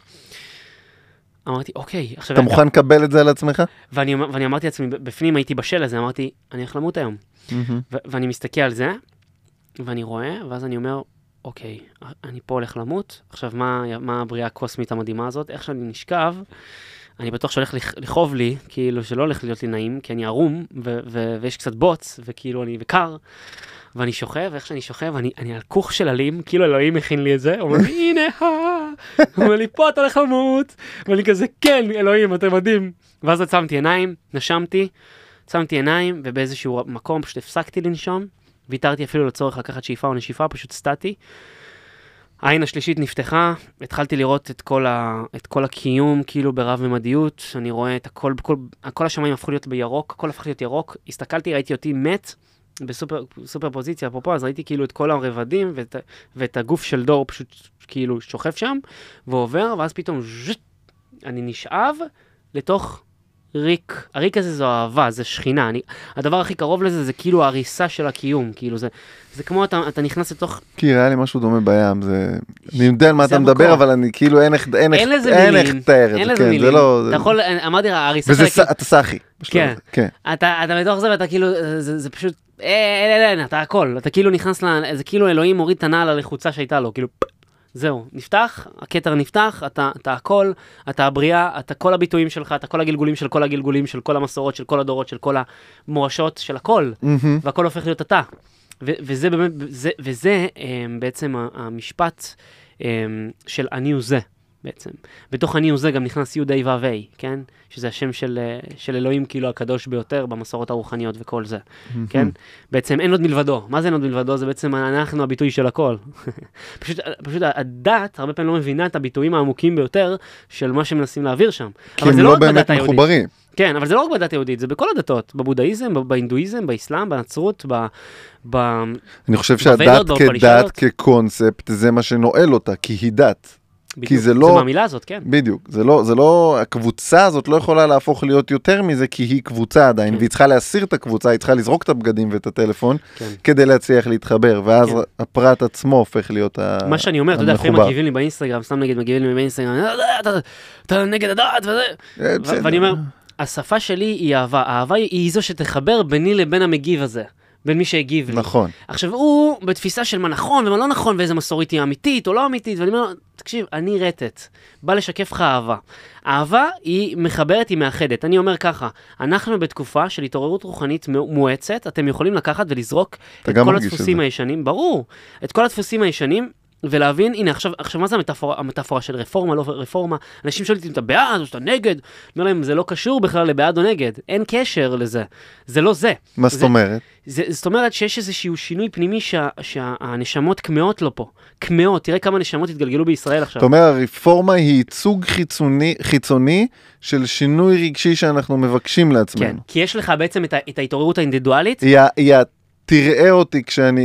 אמרתי, אוקיי. אתה מוכן לקבל את זה על עצמך? ואני אמרתי לעצמי, בפנים הייתי בשל הזה, אמרתי, אני הולך למות היום. ואני מסתכל על זה, ואני רואה, ואז אני אומר, אוקיי, אני פה הולך למות, עכשיו מה הבריאה הקוסמית המדהימה הזאת? איך שאני נשכב, אני בטוח שהולך לכאוב לי, כאילו שלא הולך להיות לי נעים, כי אני ערום, ויש קצת בוץ, וכאילו אני וקר, ואני שוכב, ואיך שאני שוכב, אני על כוך של עלים, כאילו אלוהים הכין לי את זה, הוא אומר לי, הנה, הוא אומר לי, פה אתה הולך למות, ואני כזה, כן, אלוהים, אתם מדהים. ואז עצמתי עיניים, נשמתי, עצמתי עיניים, ובאיזשהו מקום פשוט הפסקתי לנשום, ויתרתי אפילו לצורך לקחת שאיפה או נשיפה, פשוט סטטי. העין השלישית נפתחה, התחלתי לראות את כל הקיום, כאילו ברב ממדיות, אני רואה את כל השמיים הפכו להיות בירוק, הכל הפך להיות ירוק, הסתכלתי, ראיתי אותי מת, בסופר פוזיציה, אפרופו, אז ראיתי כאילו את כל הרבדים, ואת הגוף של דור פשוט כאילו שוכב שם, ועובר, ואז פתאום אני נשאב לתוך ריק. הריק הזה זו אהבה, זה שכינה. הדבר הכי קרוב לזה זה כאילו הריסה של הקיום, כאילו זה כמו אתה נכנס לתוך... כי היה לי משהו דומה בים, אני יודע על מה אתה מדבר, אבל אני כאילו אין איך לתאר את זה, כן, זה לא... אתה יכול, אמרתי לך, הריסה... וזה, אתה סחי. כן. אתה בתוך זה ואתה כאילו, זה פשוט, אין, אתה הכל, אתה כאילו נכנס זה כאילו אלוהים מוריד את הנעל על החוצה שהייתה לו, כאילו, זהו, נפתח, הכתר נפתח, אתה הכל, אתה הבריאה, אתה כל הביטויים שלך, אתה כל הגלגולים של כל הגלגולים, של כל המסורות, של כל הדורות, של כל המורשות, של הכל, והכל הופך להיות אתה. וזה באמת, וזה בעצם המשפט של אני הוא זה, בעצם. בתוך אני הוא זה גם נכנס יהודי והווי, כן? שזה השם של אלוהים כאילו הקדוש ביותר במסורות הרוחניות וכל זה, כן? בעצם אין עוד מלבדו. מה זה אין עוד מלבדו? זה בעצם אנחנו הביטוי של הכל. פשוט הדת הרבה פעמים לא מבינה את הביטויים העמוקים ביותר של מה שמנסים להעביר שם. כי הם לא באמת מחוברים. כן, אבל זה לא רק בדת היהודית, זה בכל הדתות, בבודהיזם, באינדואיזם, באסלאם, בנצרות, אני חושב שהדת כדת, כקונספט, זה מה שנועל אותה, כי היא דת. כי זה לא... זה מהמילה הזאת, כן. בדיוק. זה לא... הקבוצה הזאת לא יכולה להפוך להיות יותר מזה, כי היא קבוצה עדיין, והיא צריכה להסיר את הקבוצה, היא צריכה לזרוק את הבגדים ואת הטלפון, כדי להצליח להתחבר, ואז הפרט עצמו הופך להיות המחובר. מה שאני אומר, אתה יודע, לפעמים מגיבים לי באינסטגרם, סתם נגיד, מגיבים לי באינסטגרם, אתה נגד הדת וזה. ואני אומר, השפה שלי היא אהבה. האהבה היא זו שתחבר ביני לבין המגיב הזה. בין מי שהגיב לי. נכון. עכשיו, הוא בתפיסה של מה נכון ומה לא נכון, ואיזה מסורית היא אמיתית או לא אמיתית, ואני אומר, תקשיב, אני רטט, בא לשקף לך אהבה. אהבה היא מחברת, היא מאחדת. אני אומר ככה, אנחנו בתקופה של התעוררות רוחנית מואצת, אתם יכולים לקחת ולזרוק את כל הדפוסים הישנים, ברור, את כל הדפוסים הישנים, ולהבין, הנה, עכשיו מה זה המטאפורה של רפורמה, לא רפורמה? אנשים שואלים, אתה בעד או שאתה נגד? אומר להם, זה לא קשור בכלל לבעד או נגד. אין קשר לזה. זה לא זה. מה זאת אומרת? זאת אומרת שיש איזשהו שינוי פנימי שהנשמות כמאות לו פה. כמאות, תראה כמה נשמות התגלגלו בישראל עכשיו. זאת אומרת, הרפורמה היא ייצוג חיצוני של שינוי רגשי שאנחנו מבקשים לעצמנו. כן, כי יש לך בעצם את ההתעוררות האינדיבידואלית. תראה אותי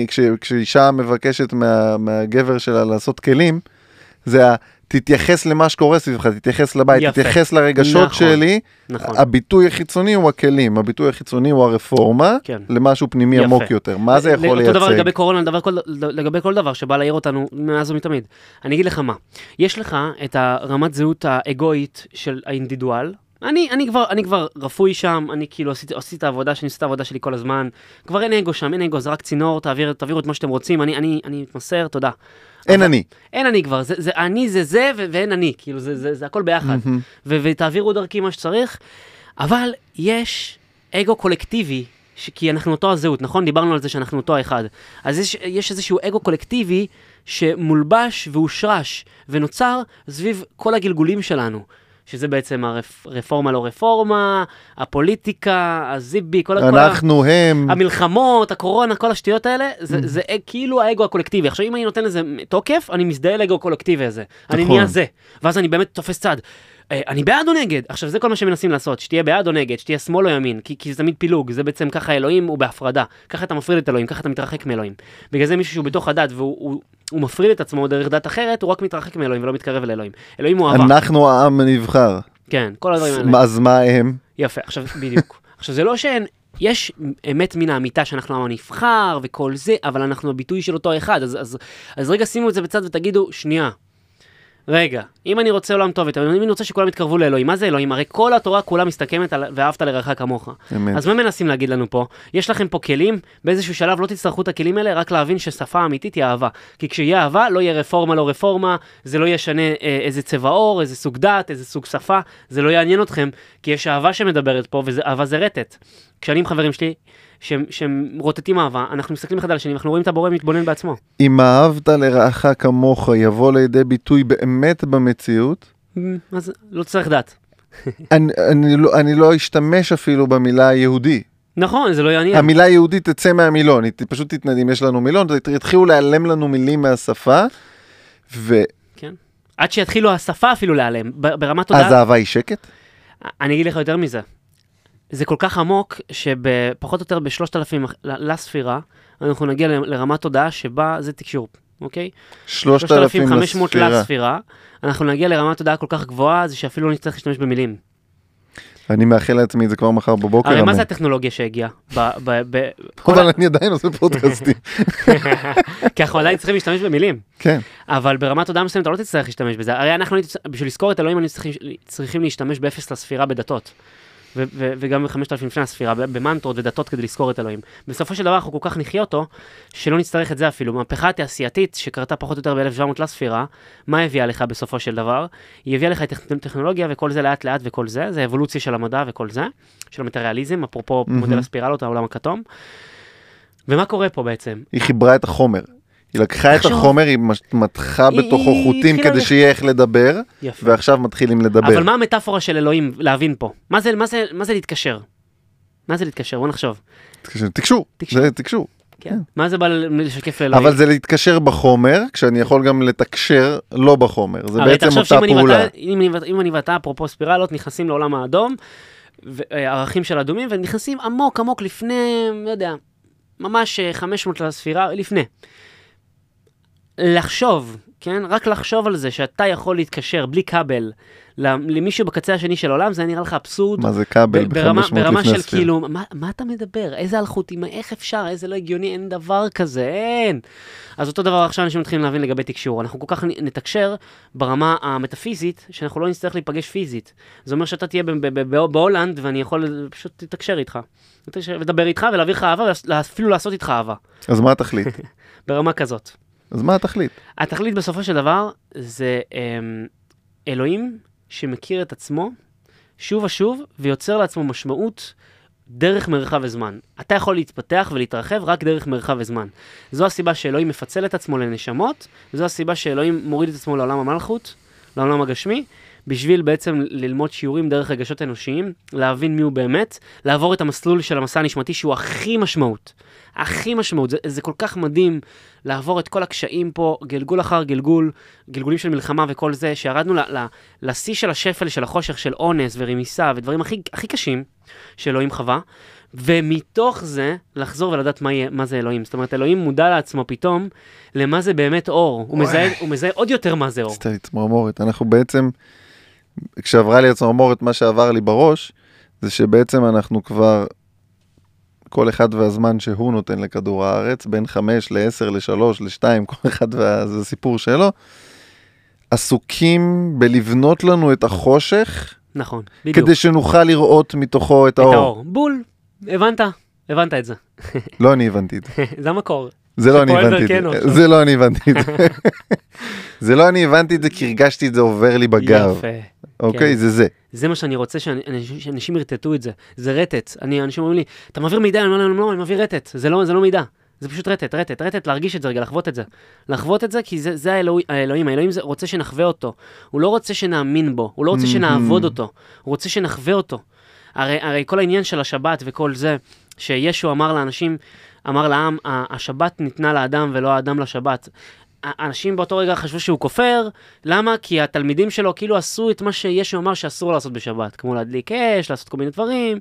כשאישה מבקשת מהגבר שלה לעשות כלים, זה תתייחס למה שקורה סביבך, תתייחס לבית, תתייחס לרגשות שלי. הביטוי החיצוני הוא הכלים, הביטוי החיצוני הוא הרפורמה, למשהו פנימי עמוק יותר. מה זה יכול לייצג? אותו דבר לגבי קורונה, לגבי כל דבר שבא להעיר אותנו מאז ומתמיד. אני אגיד לך מה, יש לך את הרמת זהות האגואית של האינדיבידואל, אני כבר רפוי שם, אני כאילו עשיתי את העבודה שלי כל הזמן, כבר אין אגו שם, אין אגו, זה רק צינור, תעבירו את מה שאתם רוצים, אני מתמסר, תודה. אין אני. אין אני כבר, אני זה ואין אני, כאילו זה הכל ביחד, ותעבירו דרכי מה שצריך, אבל יש אגו קולקטיבי, כי אנחנו אותו הזהות, נכון? דיברנו על זה שאנחנו אותו האחד, אז יש איזשהו אגו קולקטיבי שמולבש והושרש ונוצר סביב כל הגלגולים שלנו. שזה בעצם הרפורמה לא רפורמה, הפוליטיקה, הזיבי, אנחנו הם. המלחמות, הקורונה, כל השטויות האלה, זה כאילו האגו הקולקטיבי. עכשיו, אם אני נותן לזה תוקף, אני מזדהה לאגו הקולקטיבי הזה. אני נהיה זה. ואז אני באמת תופס צד. אני בעד או נגד? עכשיו, זה כל מה שמנסים לעשות, שתהיה בעד או נגד, שתהיה שמאל או ימין, כי זה תמיד פילוג, זה בעצם ככה אלוהים הוא בהפרדה, ככה אתה מפריד את אלוהים, ככה אתה מתרחק מאלוהים. בגלל זה מישהו שהוא בתוך הדת, והוא מפריד את עצמו דרך דת אחרת, הוא רק מתרחק מאלוהים ולא מתקרב לאלוהים. אלוהים הוא אהבה. אנחנו העם הנבחר. כן, כל הדברים האלה. אז מה הם? יפה, עכשיו, בדיוק. עכשיו, זה לא שאין, יש אמת מן האמיתה שאנחנו העם הנבחר וכל זה, אבל אנחנו הביטוי של אותו אחד, אז רגע שימו את זה בצד ותגידו, שנייה. רגע, אם אני רוצה עולם טוב, אם אני רוצה שכולם יתקרבו לאלוהים, מה זה אלוהים? הרי כל התורה כולה מסתכמת על ואהבת לרעך כמוך. אז מה מנסים להגיד לנו פה? יש לכם פה כלים, באיזשהו שלב לא תצטרכו את הכלים האלה, רק להבין ששפה אמיתית היא אהבה. כי כשיהיה אהבה, לא יהיה רפורמה, לא רפורמה, זה לא ישנה איזה צבע עור, איזה סוג דת, איזה סוג שפה, זה לא יעניין אתכם, כי יש אהבה שמדברת פה, ואהבה זה רטט. כשאני עם חברים שלי, שהם רוטטים אהבה, אנחנו מסתכלים אחד על השני, אנחנו רואים את הבורא מתבונן בעצמו. אם אהבת לרעך כמוך יבוא לידי ביטוי באמת במציאות? אז לא צריך דת. אני לא אשתמש אפילו במילה יהודי. נכון, זה לא יעניין. המילה יהודית תצא מהמילון, היא פשוט תתנדים, יש לנו מילון, יתחילו להיעלם לנו מילים מהשפה, כן. עד שיתחילו השפה אפילו להיעלם, ברמת תודעה. אז אהבה היא שקט? אני אגיד לך יותר מזה. זה כל כך עמוק, שבפחות או יותר ב-3,000 לספירה, אנחנו נגיע לרמת תודעה שבה זה תקשור, אוקיי? 3,500 לספירה, אנחנו נגיע לרמת תודעה כל כך גבוהה, זה שאפילו לא נצטרך להשתמש במילים. אני מאחל לעצמי את זה כבר מחר בבוקר. הרי מה זה הטכנולוגיה שהגיעה? אבל אני עדיין עושה פודקאסטים. כי אנחנו עדיין צריכים להשתמש במילים. כן. אבל ברמת תודעה מסוימת אתה לא תצטרך להשתמש בזה. הרי אנחנו, בשביל לזכור את אלוהים, צריכים להשתמש באפס לספירה בדתות. וגם ב-5,000 לפני הספירה, במנטרות ודתות כדי לזכור את אלוהים. בסופו של דבר אנחנו כל כך נחיה אותו, שלא נצטרך את זה אפילו. מהפכה התעשייתית שקרתה פחות או יותר ב-1700 לספירה, מה הביאה לך בסופו של דבר? היא הביאה לך את טכנולוגיה וכל זה לאט לאט וכל זה, זה אבולוציה של המדע וכל זה, של המטריאליזם, אפרופו מודל הספירלות, העולם הכתום. ומה קורה פה בעצם? היא חיברה את החומר. היא לקחה את החומר, היא מתחה בתוכו חוטים כדי שיהיה איך לדבר, ועכשיו מתחילים לדבר. אבל מה המטאפורה של אלוהים להבין פה? מה זה להתקשר? מה זה להתקשר? בוא נחשוב. תקשור, זה תקשור. מה זה בא לשקף לאלוהים? אבל זה להתקשר בחומר, כשאני יכול גם לתקשר לא בחומר. זה בעצם אותה פעולה. אם אני ואתה, אפרופו ספירלות, נכנסים לעולם האדום, ערכים של אדומים, ונכנסים עמוק עמוק לפני, לא יודע, ממש 500 לספירה, לפני. לחשוב, כן? רק לחשוב על זה שאתה יכול להתקשר בלי כבל למישהו בקצה השני של העולם, זה נראה לך אבסורד. מה זה כבל ב-500 ברמה לפני של הספירה? כאילו, מה אתה מדבר? איזה אלחוטים? איך אפשר? איזה לא הגיוני? אין דבר כזה, אין. אז אותו דבר עכשיו אנשים מתחילים להבין לגבי תקשור. אנחנו כל כך נתקשר ברמה המטאפיזית, שאנחנו לא נצטרך להיפגש פיזית. זה אומר שאתה תהיה בהולנד, ואני יכול פשוט לתקשר איתך. לדבר איתך ולהביא לך אהבה, ואפילו לעשות איתך אהבה. אז מה התכלית? ברמה כזאת. אז מה התכלית? התכלית בסופו של דבר זה אלוהים שמכיר את עצמו שוב ושוב ויוצר לעצמו משמעות דרך מרחב וזמן. אתה יכול להתפתח ולהתרחב רק דרך מרחב וזמן. זו הסיבה שאלוהים מפצל את עצמו לנשמות, וזו הסיבה שאלוהים מוריד את עצמו לעולם המלכות, לעולם הגשמי, בשביל בעצם ללמוד שיעורים דרך רגשות אנושיים, להבין מי הוא באמת, לעבור את המסלול של המסע הנשמתי שהוא הכי משמעות. הכי משמעות. זה כל כך מדהים לעבור את כל הקשיים פה, גלגול אחר גלגול, גלגולים של מלחמה וכל זה, שירדנו לשיא של השפל, של החושך, של אונס ורמיסה ודברים הכי קשים שאלוהים חווה, ומתוך זה לחזור ולדעת מה זה אלוהים. זאת אומרת, אלוהים מודע לעצמו פתאום למה זה באמת אור. הוא מזהה עוד יותר מה זה אור. סתם, צמרמורת. אנחנו בעצם, כשעברה לי הצמרמורת, מה שעבר לי בראש, זה שבעצם אנחנו כבר, כל אחד והזמן שהוא נותן לכדור הארץ, בין 5 ל-10 ל-3 ל-2, כל אחד זה סיפור שלו, עסוקים בלבנות לנו את החושך, נכון, בדיוק. כדי שנוכל לראות מתוכו את האור. את האור. בול, הבנת את זה. לא אני הבנתי את זה. זה המקור. זה לא אני הבנתי את זה. זה לא אני הבנתי את זה. זה לא אני הבנתי את זה, כי הרגשתי את זה עובר לי בגב. יפה. אוקיי, זה זה. זה מה שאני רוצה שאנשים ירטטו את זה. זה רטט. אנשים אומרים לי, אתה מעביר מידע, אני מעביר רטט. זה לא מידע. זה פשוט רטט, להרגיש את זה רגע, לחוות את זה. לחוות את זה, כי זה האלוהים. האלוהים רוצה שנחווה אותו. הוא לא רוצה שנאמין בו. הוא לא רוצה שנעבוד אותו. הוא רוצה שנחווה אותו. הרי כל העניין של השבת וכל זה, שישו אמר לאנשים, אמר לעם, השבת ניתנה לאדם ולא האדם לשבת. אנשים באותו רגע חשבו שהוא כופר, למה? כי התלמידים שלו כאילו עשו את מה שישו אמר שאסור לעשות בשבת, כמו להדליק אש, לעשות כל מיני דברים,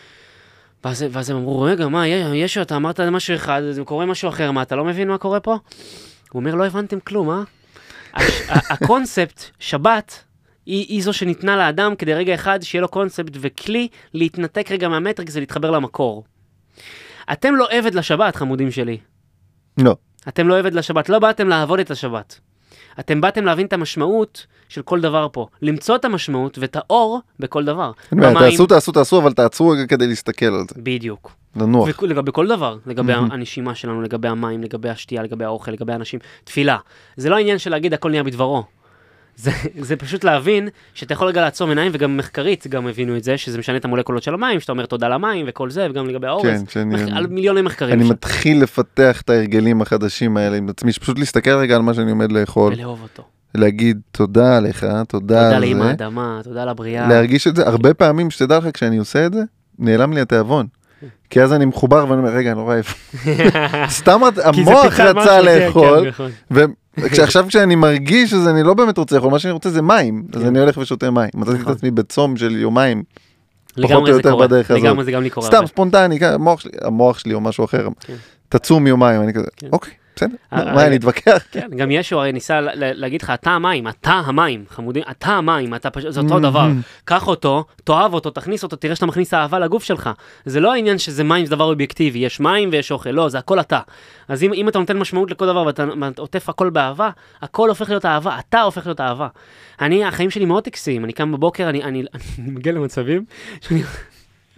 ואז הם אמרו, רגע, מה, ישו, אתה אמרת משהו אחד, זה קורה משהו אחר, מה, אתה לא מבין מה קורה פה? הוא אומר, לא הבנתם כלום, אה? הקונספט, שבת, היא זו שניתנה לאדם כדי רגע אחד שיהיה לו קונספט וכלי להתנתק רגע מהמטריקס ולהתחבר למקור. אתם לא עבד לשבת, חמודים שלי. לא. אתם לא עבד לשבת, לא באתם לעבוד את השבת. אתם באתם להבין את המשמעות של כל דבר פה. למצוא את המשמעות ואת האור בכל דבר. תעשו, אבל תעצרו רגע כדי להסתכל על זה. בדיוק. לנוח. לגבי כל דבר, לגבי הנשימה שלנו, לגבי המים, לגבי השתייה, לגבי האוכל, לגבי האנשים. תפילה. זה לא העניין של להגיד הכל נהיה בדברו. זה פשוט להבין שאתה יכול רגע לעצום עיניים, וגם מחקרית גם הבינו את זה, שזה משנה את המולקולות של המים, שאתה אומר תודה למים וכל זה, וגם לגבי האורז, על מיליוני מחקרים. אני מתחיל לפתח את ההרגלים החדשים האלה עם עצמי, פשוט להסתכל רגע על מה שאני עומד לאכול. ולאהוב אותו. להגיד תודה לך, תודה על זה. לאמא האדמה, תודה לבריאה. להרגיש את זה, הרבה פעמים שתדע לך, כשאני עושה את זה, נעלם לי התיאבון. כי אז אני מחובר ואני אומר, רגע, אני לא רואה איפה. סתם המוח רצה לאכול, ועכשיו כשאני מרגיש שזה אני לא באמת רוצה לאכול, מה שאני רוצה זה מים, אז אני הולך ושותה מים. מצאתי את עצמי בצום של יומיים, פחות או יותר בדרך הזאת. לגמרי זה גם לי קורה. סתם, ספונטני, המוח שלי או משהו אחר, תצום יומיים, אני כזה, אוקיי. בסדר, מה, אני אתווכח? כן, גם ישו הרי ניסה להגיד לך, אתה המים, חמודים, אתה המים, זה אותו דבר. קח אותו, תאהב אותו, תכניס אותו, תראה שאתה מכניס אהבה לגוף שלך. זה לא העניין שזה מים, זה דבר אובייקטיבי, יש מים ויש אוכל, לא, זה הכל אתה. אז אם אתה נותן משמעות לכל דבר ואתה עוטף הכל באהבה, הכל הופך להיות אהבה, אתה הופך להיות אהבה. החיים שלי מאוד טקסיים, אני קם בבוקר, אני מגיע למצבים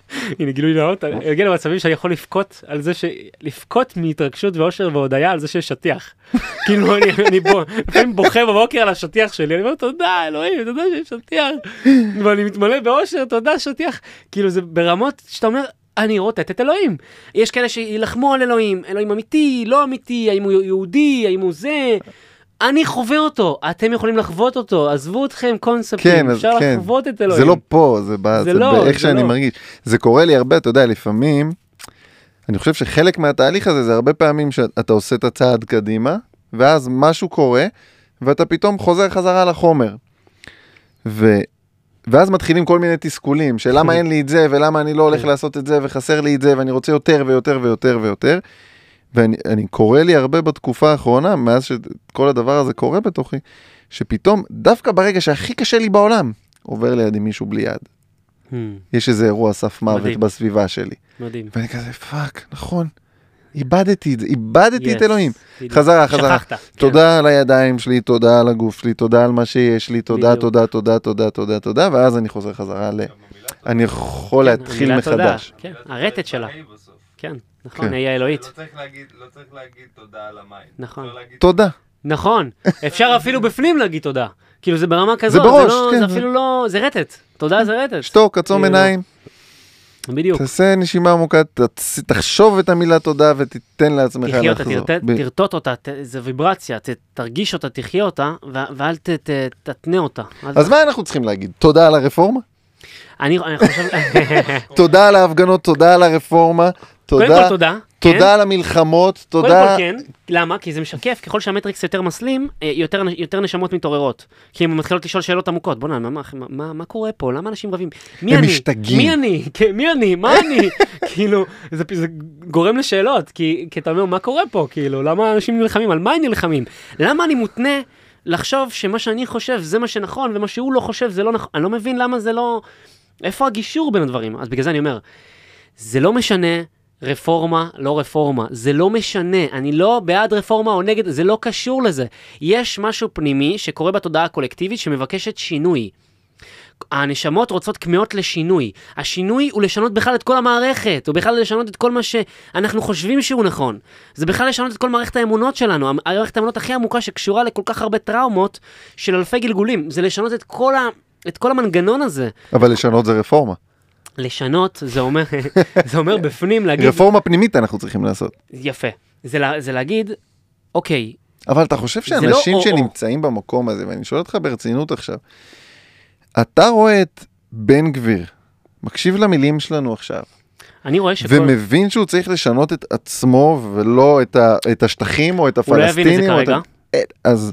הנה, גילוי נאות, אני אגיע למצבים שאני יכול לבכות מהתרגשות ואושר והודיה על זה שיש שטיח. כאילו, אני לפעמים בוכה בבוקר על השטיח שלי, אני אומר, תודה, אלוהים, תודה שיש שטיח. ואני מתמלא באושר, תודה, שטיח. כאילו, זה ברמות שאתה אומר, אני רוטט את אלוהים. יש כאלה שילחמו על אלוהים, אלוהים אמיתי, לא אמיתי, האם הוא יהודי, האם הוא זה. אני חווה אותו, אתם יכולים לחוות אותו, עזבו אתכם קונספטים, אפשר לחוות את אלוהים. זה לא פה, זה באיך שאני מרגיש. זה קורה לי הרבה, אתה יודע, לפעמים, אני חושב שחלק מהתהליך הזה, זה הרבה פעמים שאתה עושה את הצעד קדימה, ואז משהו קורה, ואתה פתאום חוזר חזרה לחומר. ואז מתחילים כל מיני תסכולים, שלמה אין לי את זה, ולמה אני לא הולך לעשות את זה, וחסר לי את זה, ואני רוצה יותר ויותר ויותר ויותר. ואני קורא לי הרבה בתקופה האחרונה, מאז שכל הדבר הזה קורה בתוכי, שפתאום, דווקא ברגע שהכי קשה לי בעולם, עובר לידי מישהו בלי יד. יש איזה אירוע סף מוות בסביבה שלי. מדהים. ואני כזה, פאק, נכון. איבדתי את זה, איבדתי את אלוהים. חזרה. תודה על הידיים שלי, תודה על הגוף שלי, תודה על מה שיש לי, תודה, ואז אני חוזר חזרה אני יכול להתחיל מחדש. הרטט שלה. כן, נכון, היא האלוהית. לא צריך להגיד תודה על המים. נכון. תודה. נכון, אפשר אפילו בפנים להגיד תודה. כאילו זה ברמה כזאת, זה בראש, כן. זה אפילו לא, זה רטט. תודה זה רטט. שתוק, עצום עיניים. בדיוק. תעשה נשימה עמוקה, תחשוב את המילה תודה ותיתן לעצמך לחזור. תחיה אותה, תרטוט אותה, זה ויברציה, תרגיש אותה, תחיה אותה, ואל תתנה אותה. אז מה אנחנו צריכים להגיד? תודה על הרפורמה? אני חושב... תודה על ההפגנות, תודה על הרפורמה. קודם כל תודה. תודה על המלחמות, תודה... קודם כל כן, למה? כי זה משקף, ככל שהמטריקס יותר מסלים, יותר נשמות מתעוררות. כי הם מתחילות לשאול שאלות עמוקות. בוא נע, מה קורה פה? למה אנשים רבים? הם משתגעים. מי אני? מה אני? כאילו, זה גורם לשאלות, כי אתה אומר, מה קורה פה? כאילו, למה אנשים נלחמים? על מה הם נלחמים? למה אני מותנה לחשוב שמה שאני חושב זה מה שנכון, ומה שהוא לא חושב זה לא נכון? אני לא מבין למה זה לא... איפה הגישור בין הדברים? אז בגלל זה אני אומר, זה לא משנה רפורמה, לא רפורמה. זה לא משנה. אני לא בעד רפורמה או נגד, זה לא קשור לזה. יש משהו פנימי שקורה בתודעה הקולקטיבית שמבקשת שינוי. הנשמות רוצות כמאות לשינוי. השינוי הוא לשנות בכלל את כל המערכת, או בכלל לשנות את כל מה שאנחנו חושבים שהוא נכון. זה בכלל לשנות את כל מערכת האמונות שלנו. המערכת האמונות הכי עמוקה שקשורה לכל כך הרבה טראומות של אלפי גלגולים. זה לשנות את כל המנגנון הזה. אבל לשנות זה רפורמה. לשנות, זה אומר בפנים להגיד... רפורמה פנימית אנחנו צריכים לעשות. יפה. זה להגיד, אוקיי. אבל אתה חושב שאנשים שנמצאים במקום הזה, ואני שואל אותך ברצינות עכשיו, אתה רואה את בן גביר, מקשיב למילים שלנו עכשיו, ומבין שהוא צריך לשנות את עצמו, ולא את השטחים או את הפלסטינים. הוא לא יבין את זה כרגע. אז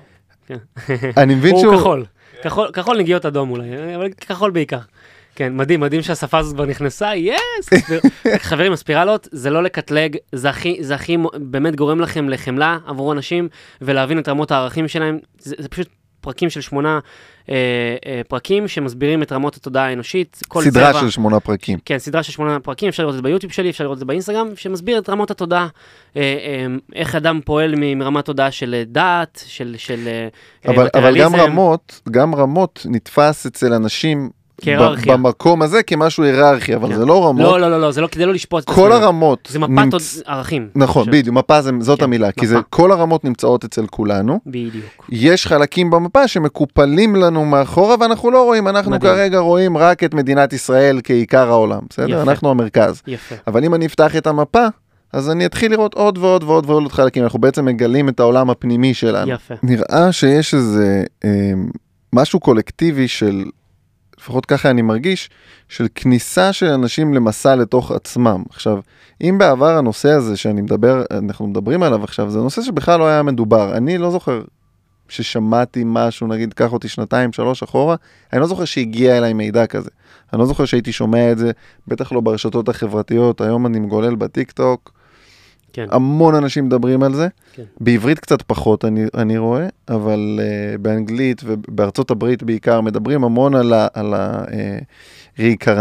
אני מבין שהוא... הוא כחול נגיעות אדום אולי, אבל כחול בעיקר. כן, מדהים שהשפה הזאת כבר נכנסה, יס! חברים, הספירלות, זה לא לקטלג, זה הכי באמת גורם לכם לחמלה עבור אנשים, ולהבין את רמות הערכים שלהם, זה פשוט פרקים של 8 פרקים, שמסבירים את רמות התודעה האנושית. סדרה של 8 פרקים. כן, סדרה של 8 פרקים, אפשר לראות את זה ביוטיוב שלי, אפשר לראות את זה באינסטגרם, שמסביר את רמות התודעה, איך אדם פועל מרמת תודעה של דעת, של אבל גם רמות נתפס אצל אנשים, במקום הזה כמשהו היררכי, אבל זה לא רמות. לא, זה לא כדי לא לשפוט. כל הרמות. זה מפת ערכים. נכון, בדיוק, מפה זאת המילה, כי כל הרמות נמצאות אצל כולנו. בדיוק. יש חלקים במפה שמקופלים לנו מאחורה, ואנחנו לא רואים, אנחנו כרגע רואים רק את מדינת ישראל כעיקר העולם, בסדר? אנחנו המרכז. יפה. אבל אם אני אפתח את המפה, אז אני אתחיל לראות עוד ועוד ועוד ועוד חלקים, אנחנו בעצם מגלים את העולם הפנימי שלנו. יפה. נראה שיש איזה משהו קולקטיבי של לפחות ככה אני מרגיש, של כניסה של אנשים למסע לתוך עצמם. עכשיו, אם בעבר הנושא הזה אנחנו מדברים עליו עכשיו, זה נושא שבכלל לא היה מדובר. אני לא זוכר ששמעתי משהו, נגיד, קח אותי 2-3 אחורה, אני לא זוכר שהגיע אליי מידע כזה. אני לא זוכר שהייתי שומע את זה, בטח לא ברשתות החברתיות, היום אני מגולל בטיק טוק, כן. המון אנשים מדברים על זה, כן. בעברית קצת פחות אני רואה, אבל באנגלית ובארצות הברית בעיקר מדברים המון על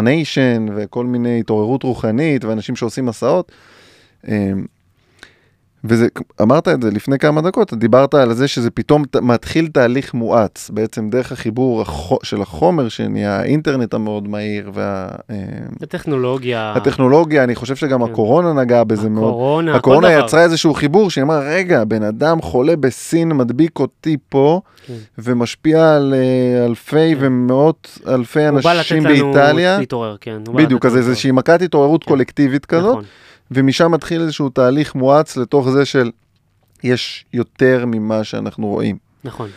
ה-reincarnation וכל מיני התעוררות רוחנית ואנשים שעושים מסעות, אמרת את זה לפני כמה דקות, דיברת על זה שזה פתאום מתחיל תהליך מואץ, בעצם דרך החיבור של החומר שנהיה, האינטרנט המאוד מהיר, הטכנולוגיה, אני חושב שגם הקורונה נגעה בזה מאוד. הקורונה יצרה איזשהו חיבור שאמר, רגע, בן אדם חולה בסין, מדביק אותי פה, ומשפיע על אלפי ומאות אלפי אנשים באיטליה. בדיוק, אז איזושהי מכת התעוררות קולקטיבית כזאת. ומשם מתחיל איזשהו תהליך מואץ לתוך זה של יש יותר ממה שאנחנו רואים. נכון.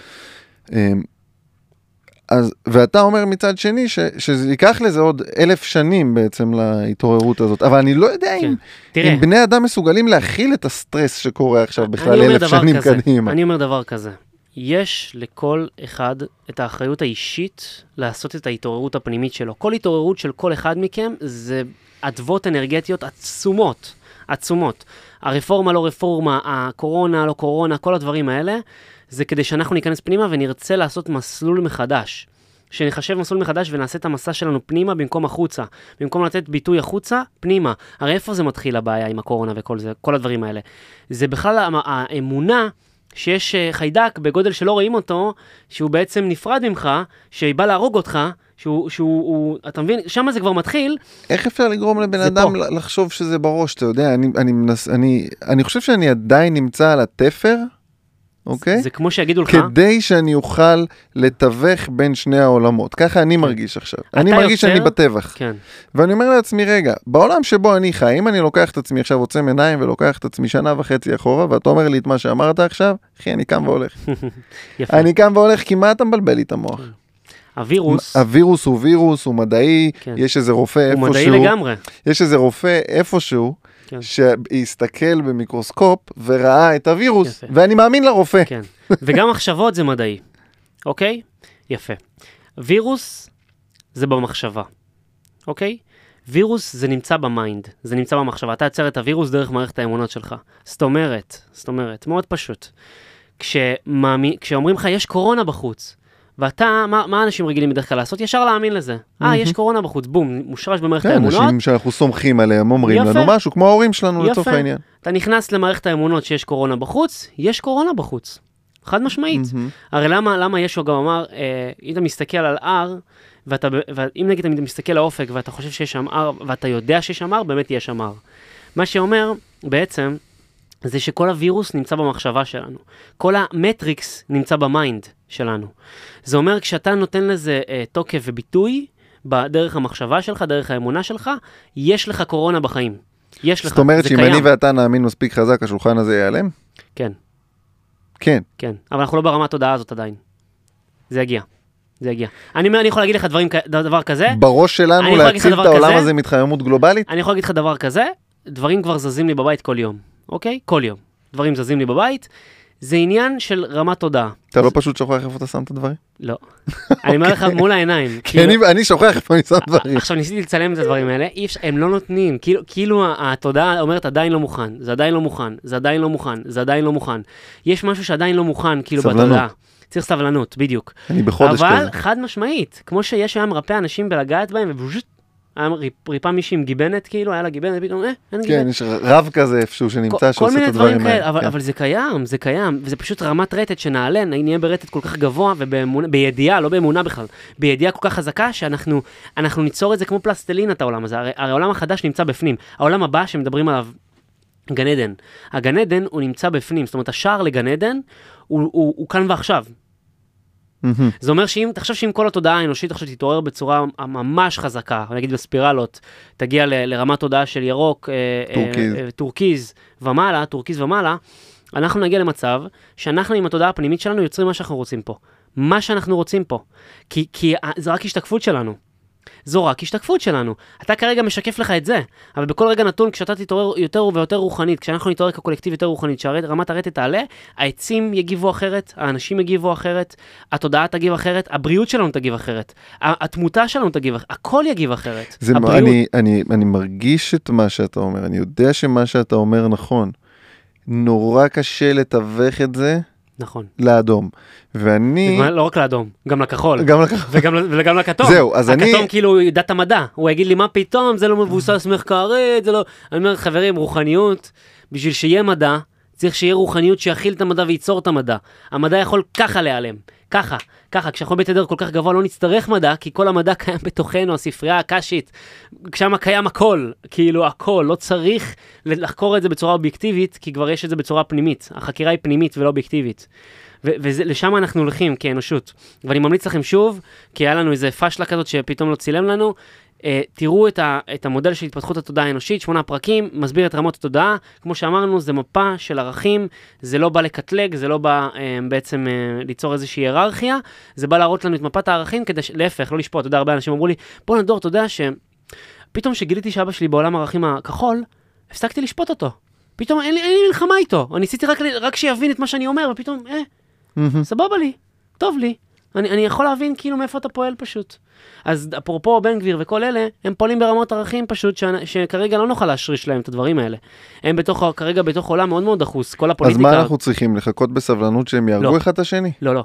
ואתה אומר מצד שני שזה ייקח לזה עוד 1000 שנים בעצם להתעוררות הזאת, אבל אני לא יודע אם בני אדם מסוגלים להכיל את הסטרס שקורה עכשיו בכלל 1000 שנים קדימה. אני אומר דבר כזה, יש לכל אחד את האחריות האישית לעשות את ההתעוררות הפנימית שלו. כל התעוררות של כל אחד מכם זה עדבות אנרגטיות עצומות, עצומות. הרפורמה לא רפורמה, הקורונה לא קורונה, כל הדברים האלה, זה כדי שאנחנו ניכנס פנימה ונרצה לעשות מסלול מחדש. שנחשב מסלול מחדש ונעשה את המסע שלנו פנימה במקום החוצה. במקום לתת ביטוי החוצה, פנימה. הרי איפה זה מתחיל הבעיה עם הקורונה וכל זה, כל הדברים האלה? זה בכלל האמונה שיש חיידק בגודל שלא רואים אותו, שהוא בעצם נפרד ממך, שבא להרוג אותך, אתה מבין, שם זה כבר מתחיל. איך אפשר לגרום לבן אדם לחשוב שזה בראש, אתה יודע, אני חושב שאני עדיין נמצא על התפר, אוקיי? זה כמו שיגידו לך. כדי שאני אוכל לתווך בין שני העולמות. ככה אני מרגיש עכשיו. אני מרגיש שאני בטווח. כן. ואני אומר לעצמי, רגע, בעולם שבו אני חי, אם אני לוקח את עצמי עכשיו, עוצם עיניים ולוקח את עצמי 1.5 שנה אחורה, ואתה אומר לי את מה שאמרת עכשיו, אחי, אני קם והולך. יפה. אני קם והולך, כי מה אתה מבלבל לי את המוח? הווירוס הוא וירוס, הוא מדעי, יש איזה רופא איפשהו. הוא מדעי לגמרי. יש איזה רופא איפשהו, שהסתכל במיקרוסקופ וראה את הווירוס, ואני מאמין לרופא. כן, וגם מחשבות זה מדעי, אוקיי? יפה. וירוס זה במחשבה, אוקיי? וירוס זה נמצא במיינד, זה נמצא במחשבה. אתה יוצר את הווירוס דרך מערכת האמונות שלך. זאת אומרת, מאוד פשוט. כשאומרים לך יש קורונה בחוץ, ואתה, מה אנשים רגילים בדרך כלל לעשות? ישר להאמין לזה. יש קורונה בחוץ, בום, מושרש במערכת האמונות. אנשים שאנחנו סומכים עליהם, אומרים לנו משהו, כמו ההורים שלנו לצורך העניין. אתה נכנס למערכת האמונות שיש קורונה בחוץ, יש קורונה בחוץ. חד משמעית. הרי למה ישו גם אמר, אם אתה מסתכל על הר, ואם נגיד אתה מסתכל לאופק, ואתה חושב שיש שם הר, ואתה יודע שיש שם הר, באמת יש שם הר. מה שאומר, בעצם, זה שכל הווירוס נמצא במחשבה שלנו. כל המטריקס נמצא במיינד שלנו. זה אומר, כשאתה נותן לזה תוקף וביטוי, בדרך המחשבה שלך, דרך האמונה שלך, יש לך קורונה בחיים. יש לך, זאת אומרת שאם אני ואתה נאמין מספיק חזק, השולחן הזה ייעלם? כן. כן. כן, אבל אנחנו לא ברמת התודעה הזאת עדיין. זה יגיע. אני יכול להגיד לך דבר כזה. בראש שלנו להציל את העולם הזה מתחממות גלובלית? אני יכול להגיד לך דבר כזה, דברים כבר זזים לי בבית כל יום. אוקיי? כל יום. דברים זזים לי בבית. זה עניין של רמת תודעה. אתה לא פשוט שוכח איפה אתה שם את הדברים? לא. אני אומר לך מול העיניים. כי אני שוכח איפה אני שם דברים. עכשיו ניסיתי לצלם את הדברים האלה, הם לא נותנים. כאילו התודעה אומרת עדיין לא מוכן, זה עדיין לא מוכן, זה עדיין לא מוכן, זה עדיין לא מוכן. יש משהו שעדיין לא מוכן, כאילו בתודעה. צריך סבלנות, בדיוק. אני בחודש כזה. אבל חד משמעית, כמו שיש היה מרפא אנשים בלגעת בהם, היה ריפה מישהי עם גיבנת, כאילו, היה לה גיבנת, פתאום, אין גיבנת. כן, יש רב כזה איפשהו שנמצא שעושה את הדברים האלה. אבל זה קיים, זה קיים, וזה פשוט רמת רטט שנעלה, נהיה ברטט כל כך גבוה, ובידיעה, לא באמונה בכלל, בידיעה כל כך חזקה, שאנחנו ניצור את זה כמו פלסטלינה, את העולם הזה. הרי העולם החדש נמצא בפנים. העולם הבא שמדברים עליו, גן עדן. הגן עדן הוא נמצא בפנים, זאת אומרת, השער לגן עדן הוא כאן ועכשיו. זה אומר תחשוב שאם כל התודעה האנושית עכשיו תתעורר בצורה ממש חזקה, נגיד בספירלות, תגיע לרמת תודעה של ירוק, טורקיז ומעלה, אנחנו נגיע למצב שאנחנו עם התודעה הפנימית שלנו יוצרים מה שאנחנו רוצים פה. מה שאנחנו רוצים פה. כי זה רק השתקפות שלנו. זו רק השתקפות שלנו. אתה כרגע משקף לך את זה, אבל בכל רגע נתון, כשאתה תתעורר יותר ויותר רוחנית, כשאנחנו נתעורר כקולקטיב יותר רוחנית, שרמת הרטט תעלה, העצים יגיבו אחרת, האנשים יגיבו אחרת, התודעה תגיב אחרת, הבריאות שלנו תגיב אחרת, התמותה שלנו תגיב אחרת, הכל יגיב אחרת. אני מרגיש את מה שאתה אומר, אני יודע שמה שאתה אומר נכון. נורא קשה לתווך את זה. נכון. לאדום. ואני... לא רק לאדום, גם לכחול. גם לכחול. וגם לכתום. זהו, אז אני... הכתום כאילו דת המדע. הוא יגיד לי, מה פתאום? זה לא מבוסס מחקרית, זה לא... אני אומר, חברים, רוחניות, בשביל שיהיה מדע, צריך שיהיה רוחניות שיכיל את המדע וייצור את המדע. המדע יכול ככה להיעלם, ככה. כשאנחנו בית עדר כל כך גבוה לא נצטרך מדע, כי כל המדע קיים בתוכנו, הספרייה הקשית, שם קיים הכל, כאילו הכל, לא צריך לחקור את זה בצורה אובייקטיבית, כי כבר יש את זה בצורה פנימית. החקירה היא פנימית ולא אובייקטיבית. ולשם אנחנו הולכים כאנושות. ואני ממליץ לכם שוב, כי היה לנו איזה פשלה כזאת שפתאום לא צילם לנו, תראו את המודל של התפתחות התודעה האנושית, 8 פרקים, מסביר את רמות התודעה, כמו שאמרנו, זה מפה של ערכים, זה לא בא לקטלג, זה לא בא בעצם ליצור איזושהי היררכיה, זה בא להראות לנו את מפת הערכים, כדי להפך, לא לשפוט, אתה יודע, הרבה אנשים אמרו לי, בוא נדור, אתה יודע שפתאום שגיליתי שאבא שלי בעולם הערכים הכחול, הפסקתי לשפוט אותו, פתאום אין לי מלחמה איתו, אני ניסיתי רק שיבין את מה שאני אומר, ופתאום, סבבה לי, טוב לי, אני יכול להבין כאילו מאיפה אתה פועל פשוט. אז אפרופו בן גביר וכל אלה, הם פועלים ברמות ערכים פשוט, שכרגע לא נוכל להשריש להם את הדברים האלה. הם כרגע בתוך עולם מאוד מאוד דחוס, כל הפוליטיקה... אז מה אנחנו צריכים? לחכות בסבלנות שהם יהרגו אחד את השני? לא.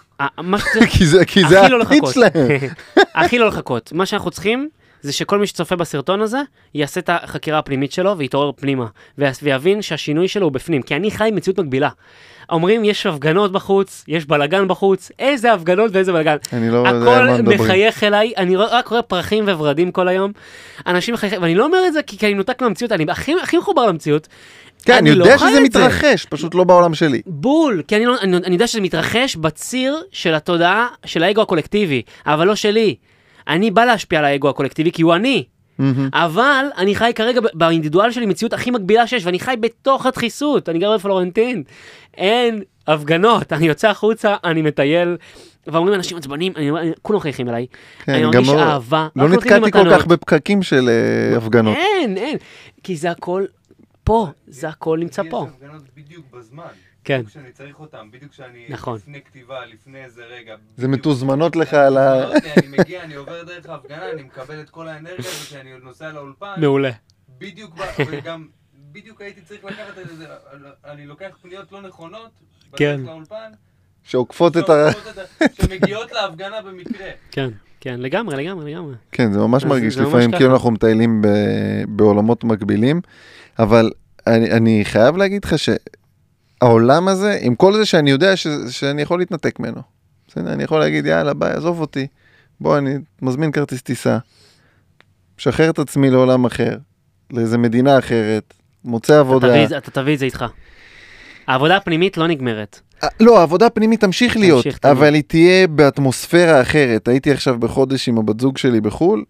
כי זה התפקיד שלהם. הכי לא לחכות. מה שאנחנו צריכים, זה שכל מי שצופה בסרטון הזה, יעשה את החקירה הפנימית שלו, ויתעורר פנימה, ויבין שהשינוי שלו הוא בפנים, כי אני חי מציאות מקבילה. אומרים, יש הפגנות בחוץ, יש בלגן בחוץ, איזה הפגנות ואיזה בלגן. הכל מחייך אליי, אני רק רואה פרחים וורדים כל היום. אנשים מחייך, ואני לא אומר את זה כי אני נותק מהמציאות, אני הכי מחובר למציאות. כן, אני יודע שזה מתרחש, פשוט לא בעולם שלי. בול, כי אני יודע שזה מתרחש בציר של התודעה של האגו הקולקטיבי, אבל לא שלי. אני בא להשפיע על האגו הקולקטיבי כי הוא אני. אבל אני חי כרגע באינדיבידואל שלי מציאות הכי מקבילה שיש, ואני חי בתוך הדחיסות, אני גר בפלורנטין, אין הפגנות, אני יוצא החוצה, אני מטייל, ואומרים אנשים עצבנים, כולם חייכים אליי, אני מרגיש אהבה. לא נתקעתי כל כך בפקקים של הפגנות. אין, כי זה הכל פה, זה הכל נמצא פה. יש הפגנות בדיוק בזמן. כן. כשאני צריך אותם, בדיוק כשאני נכון. לפני כתיבה, לפני איזה רגע. זה מתוזמנות לך על ה... אני מגיע, אני עובר דרך ההפגנה, אני מקבל את כל האנרגיה הזאת שאני נוסע לאולפן. מעולה. בדיוק, וגם בדיוק הייתי צריך לקחת את זה, אני לוקח פניות לא נכונות, כן. בדרך לאולפן. שעוקפות את שמגיעות להפגנה במקרה. כן, לגמרי. כן, זה ממש מרגיש לפעמים כאילו אנחנו מטיילים בעולמות מקבילים, אבל אני חייב להגיד לך העולם הזה, עם כל זה שאני יודע שאני יכול להתנתק ממנו. אני יכול להגיד, יאללה, ביי, עזוב אותי. בוא, אני מזמין כרטיס טיסה. שחרר את עצמי לעולם אחר, לאיזה מדינה אחרת, מוצא עבודה. אתה תביא את זה איתך. העבודה הפנימית לא נגמרת. לא, העבודה הפנימית תמשיך להיות, אבל היא תהיה באטמוספירה אחרת. הייתי עכשיו בחודש עם הבת זוג שלי בחול,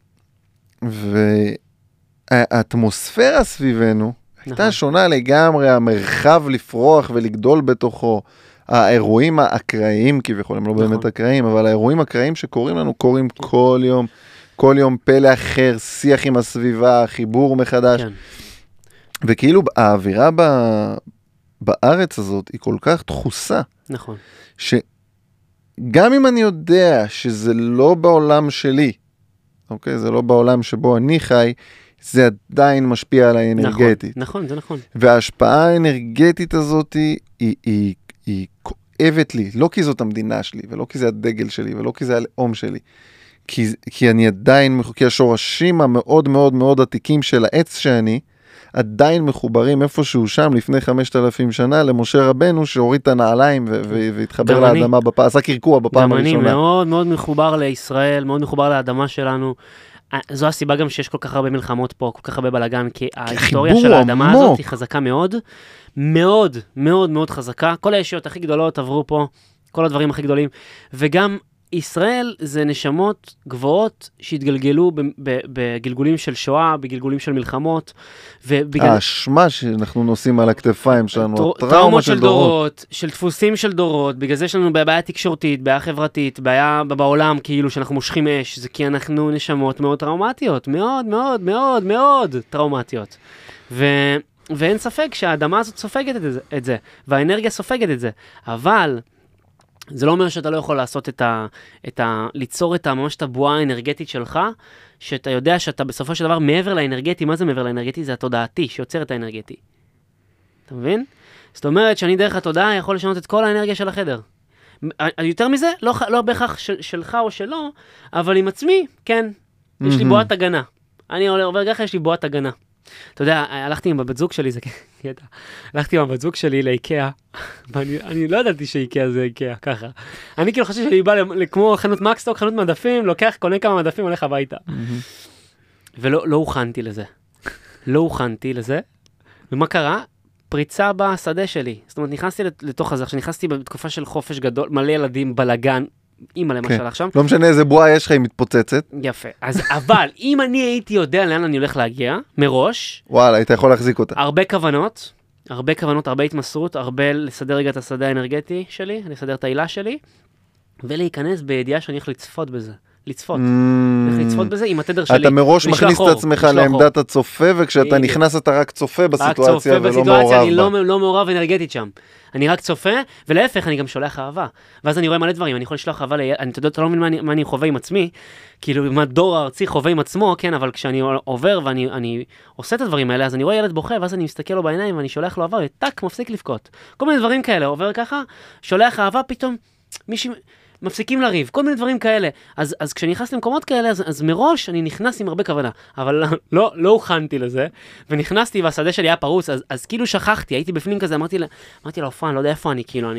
והאטמוספירה סביבנו, הייתה שונה לגמרי, המרחב לפרוח ולגדול בתוכו, האירועים האקראיים, כביכול הם לא באמת אקראיים, אבל האירועים האקראיים שקורים לנו, קורים כל יום פלא אחר, שיח עם הסביבה, חיבור מחדש. וכאילו האווירה בארץ הזאת היא כל כך דחוסה. נכון. שגם אם אני יודע שזה לא בעולם שלי, אוקיי, זה לא בעולם שבו אני חי, זה עדיין משפיע עליי אנרגטית. נכון, זה נכון. וההשפעה האנרגטית הזאת היא כואבת לי, לא כי זאת המדינה שלי, ולא כי זה הדגל שלי, ולא כי זה הלאום שלי, כי אני עדיין, כי השורשים המאוד מאוד מאוד עתיקים של העץ שאני, עדיין מחוברים איפשהו שם לפני 5,000 שנה למשה רבנו שהוריד את הנעליים והתחבר לאדמה, עשה קרקוע בפעם הראשונה. גם אני מאוד מאוד מחובר לישראל, מאוד מחובר לאדמה שלנו. זו הסיבה גם שיש כל כך הרבה מלחמות פה, כל כך הרבה בלגן, כי ההיסטוריה של האדמה הזאת היא חזקה מאוד, מאוד מאוד מאוד חזקה. כל הישויות הכי גדולות עברו פה, כל הדברים הכי גדולים, וגם ישראל זה נשמות גבוהות שהתגלגלו בגלגולים של שואה, בגלגולים של מלחמות. האשמה שאנחנו נושאים על הכתפיים שלנו, טראומות של דורות, של דפוסים של דורות, בגלל זה יש לנו בעיה תקשורתית, בעיה חברתית, בעיה בעולם כאילו שאנחנו מושכים אש, זה כי אנחנו נשמות מאוד טראומטיות, מאוד מאוד מאוד מאוד טראומטיות. ואין ספק שהאדמה הזאת סופגת את זה, והאנרגיה סופגת את זה, אבל זה לא אומר שאתה לא יכול לעשות ליצור ממש את הבועה האנרגטית שלך, שאתה יודע שאתה בסופו של דבר מעבר לאנרגטי, מה זה מעבר לאנרגטי? זה התודעתי שיוצר את האנרגטי. אתה מבין? זאת אומרת שאני דרך התודעה יכול לשנות את כל האנרגיה של החדר. יותר מזה, לא בהכרח שלך או שלו, אבל עם עצמי, כן, יש לי בועת הגנה. אני עובר ככה, יש לי בועת הגנה. אתה יודע, הלכתי עם הבת זוג שלי, זה קטע, הלכתי עם הבת זוג שלי לאיקאה, ואני לא ידעתי שאיקאה זה איקאה, ככה. אני כאילו חושב שאני בא כמו חנות מקסטוק, חנות מדפים, לוקח, קונה כמה מדפים, הולך הביתה. ולא הוכנתי לזה. לא הוכנתי לזה. ומה קרה? פריצה בשדה שלי. זאת אומרת, נכנסתי לתוך הזה, כשנכנסתי בתקופה של חופש גדול, מלא ילדים, בלגן, אמא למשל עכשיו. לא משנה איזה בועה יש לך, היא מתפוצצת. יפה. אז אבל, אם אני הייתי יודע לאן אני הולך להגיע, מראש, וואלה, היית יכול להחזיק אותה. הרבה כוונות, הרבה התמסרות, הרבה לסדר רגע את השדה האנרגטי שלי, לסדר את העילה שלי, ולהיכנס בידיעה שאני הולך לצפות בזה. לצפות בזה עם התדר שלי. אתה מראש מכניס את עצמך לעמדת הצופה, וכשאתה נכנס אתה רק צופה בסיטואציה ולא מעורב בה. אני לא מעורב אנרגטית שם. אני רק צופה, ולהפך, אני גם שולח אהבה. ואז אני רואה מלא דברים, אני יכול לשלוח אהבה, אתה לא מבין מה אני חווה עם עצמי, כאילו מה דור הארצי חווה עם עצמו, כן, אבל כשאני עובר ואני עושה את הדברים האלה, אז אני רואה ילד בוכה, ואז אני מסתכל לו בעיניים ואני שולח לו אהבה, וטק, מפסיק לבכות. כל מיני דברים כאלה, עובר ככה, שולח אהבה, פתאום מישהו מפסיקים לריב, כל מיני דברים כאלה. אז כשאני נכנס למקומות כאלה, אז מראש אני נכנס עם הרבה כוונה, אבל לא הוכנתי לזה, ונכנסתי והשדה שלי היה פרוץ, אז כאילו שכחתי, הייתי בפנים כזה, אמרתי לה, אופה, אני לא יודע איפה אני, כאילו,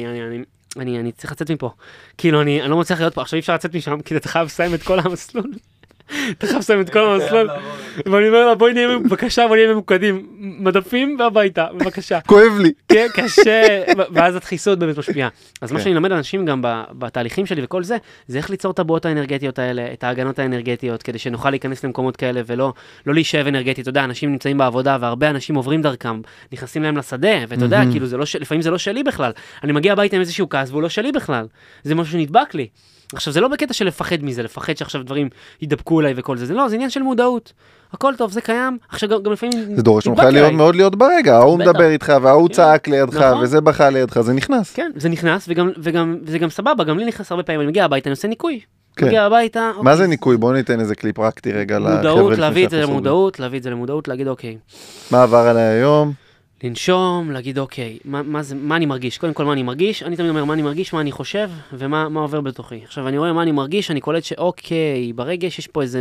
אני צריך לצאת מפה. כאילו, אני לא מצליח להיות פה, עכשיו אי אפשר לצאת משם, כי אתה חייב לסיים את כל המסלול. אתה חייב לסיים את כל המסלול. ואני אומר לה, בואי נהיה בבקשה, בואי נהיה ממוקדים. מדפים והביתה, בבקשה. כואב לי. כן, קשה, ואז הדחיסות באמת משפיעה. אז מה שאני לומד אנשים גם בתהליכים שלי וכל זה, זה איך ליצור את הבועות האנרגטיות האלה, את ההגנות האנרגטיות, כדי שנוכל להיכנס למקומות כאלה ולא להישאב אנרגטית. אתה יודע, אנשים נמצאים בעבודה והרבה אנשים עוברים דרכם, נכנסים להם לשדה, ואתה יודע, כאילו, לפעמים זה לא שלי בכלל. אני מגיע הביתה עם איזשהו כעס והוא לא שלי בכלל. זה משהו שנדבק לי. עכשיו, זה לא בקטע של לפחד מזה, לפחד שעכשיו דברים ידבקו אליי וכל זה. זה לא, זה עניין של מודעות. הכל טוב, זה קיים. עכשיו, גם לפעמים זה דורש ממך מאוד להיות ברגע. ההוא מדבר איתך, וההוא צעק לידך, וזה בכה לידך, זה נכנס. כן, זה נכנס, וזה גם סבבה. גם לי נכנס הרבה פעמים. אני מגיע הביתה, אני עושה ניקוי. מגיע הביתה. מה זה ניקוי? בואו ניתן איזה קליפ פרקטי רגע לחבר'ה. להביא את זה למודעות, להגיד אוקיי. מה עבר עליי היום? לנשום, להגיד אוקיי, מה אני מרגיש? קודם כל מה אני מרגיש, אני תמיד אומר מה אני מרגיש, מה אני חושב, ומה עובר בתוכי. עכשיו אני רואה מה אני מרגיש, אני קולט שאוקיי, ברגש יש פה איזה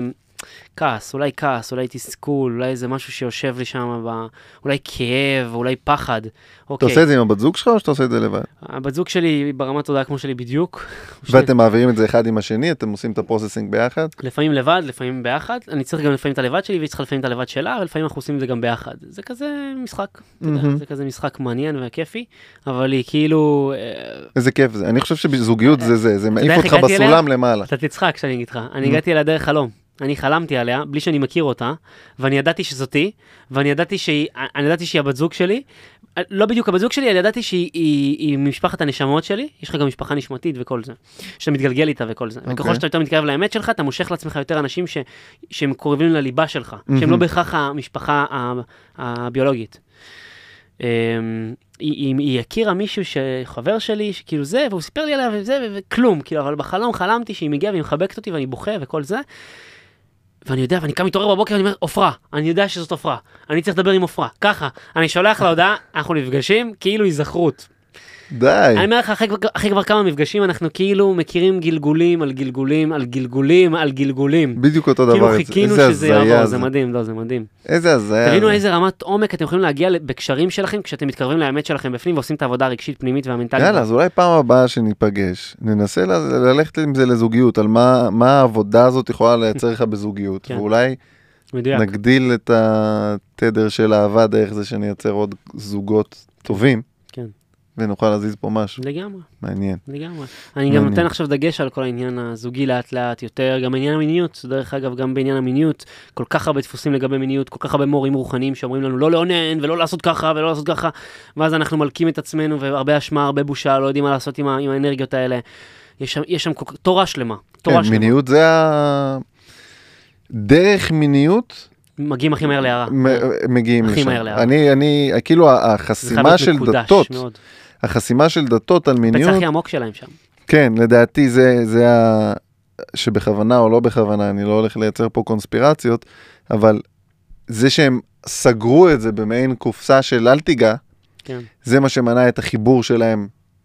כעס, אולי תסכול, אולי איזה משהו שיושב לי שם, אולי כאב, אולי פחד. אתה עושה את זה עם הבת זוג שלך או שאתה עושה את זה לבד? הבת זוג שלי ברמת תודעה כמו שלי בדיוק. ואתם מעבירים את זה אחד עם השני? אתם עושים את הפרוססינג ביחד? לפעמים לבד, לפעמים ביחד. אני צריך גם לפעמים את הלבד שלי, והיא צריכה לפעמים את הלבד שלה, ולפעמים אנחנו עושים את זה גם ביחד. זה כזה משחק, זה כזה משחק מעניין וכיפי, אבל היא כאילו... איזה כיף זה. אני חושב שבזוגיות זה מעיף אותך בסולם למעלה. אתה תצחק כשאני אגיד לך. אני הגעתי אליה דרך חלום. אני חלמתי עליה, בלי שאני מכיר אותה, ואני ידעתי שזאתי, ואני ידעתי שהיא הבת זוג שלי, לא בדיוק הבת זוג שלי, אני ידעתי שהיא משפחת הנשמות שלי, יש לך גם משפחה נשמתית וכל זה, שאתה מתגלגל איתה וכל זה. וככל שאתה יותר מתקרב לאמת שלך, אתה מושך לעצמך יותר אנשים שהם קרובים לליבה שלך, שהם לא בהכרח המשפחה הביולוגית. היא הכירה מישהו שחבר שלי, שכאילו זה, והוא סיפר לי עליה וזה, וכלום, כאילו, אבל בחלום חלמתי שהיא מגיעה והיא מחבקת אותי ואני בוכה וכל זה, ואני יודע, ואני קם מתעורר בבוקר, ואני אומר, אופרה, אני יודע שזאת אופרה, אני צריך לדבר עם אופרה, ככה, אני שולח לה הודעה, אנחנו נפגשים, כאילו היזכרות. די. אני אומר לך, אחרי כבר כמה מפגשים, אנחנו כאילו מכירים גלגולים על גלגולים על גלגולים על גלגולים. בדיוק אותו דבר. כאילו חיכינו שזה יעבור, זה מדהים, לא, זה מדהים. איזה הזיה. תבינו איזה רמת עומק אתם יכולים להגיע בקשרים שלכם, כשאתם מתקרבים לאמת שלכם בפנים, ועושים את העבודה הרגשית פנימית והמנטלית. יאללה, אז אולי פעם הבאה שניפגש, ננסה ללכת עם זה לזוגיות, על מה העבודה הזאת יכולה לייצר לך בזוגיות, ואולי נגדיל את התדר של האהבה דרך זה שנייצר עוד זוגות טובים. כן. ונוכל להזיז פה משהו. לגמרי. מעניין. לגמרי. אני גם נותן עכשיו דגש על כל העניין הזוגי לאט לאט יותר, גם בעניין המיניות, דרך אגב, גם בעניין המיניות, כל כך הרבה דפוסים לגבי מיניות, כל כך הרבה מורים רוחניים שאומרים לנו לא לעונן ולא לעשות ככה ולא לעשות ככה, ואז אנחנו מלקים את עצמנו והרבה אשמה, הרבה בושה, לא יודעים מה לעשות עם האנרגיות האלה. יש שם תורה שלמה. כן, מיניות זה דרך מיניות מגיעים הכי מהר להערה. מגיעים לשם. אני, כאילו, החסימה של דתות, החסימה של דתות על מיניות. הפצע הכי עמוק שלהם שם. כן, לדעתי זה שבכוונה או לא בכוונה, אני לא הולך לייצר פה קונספירציות, אבל זה שהם סגרו את זה במעין קופסה של אל תיגע, זה מה שמנע את החיבור שלהם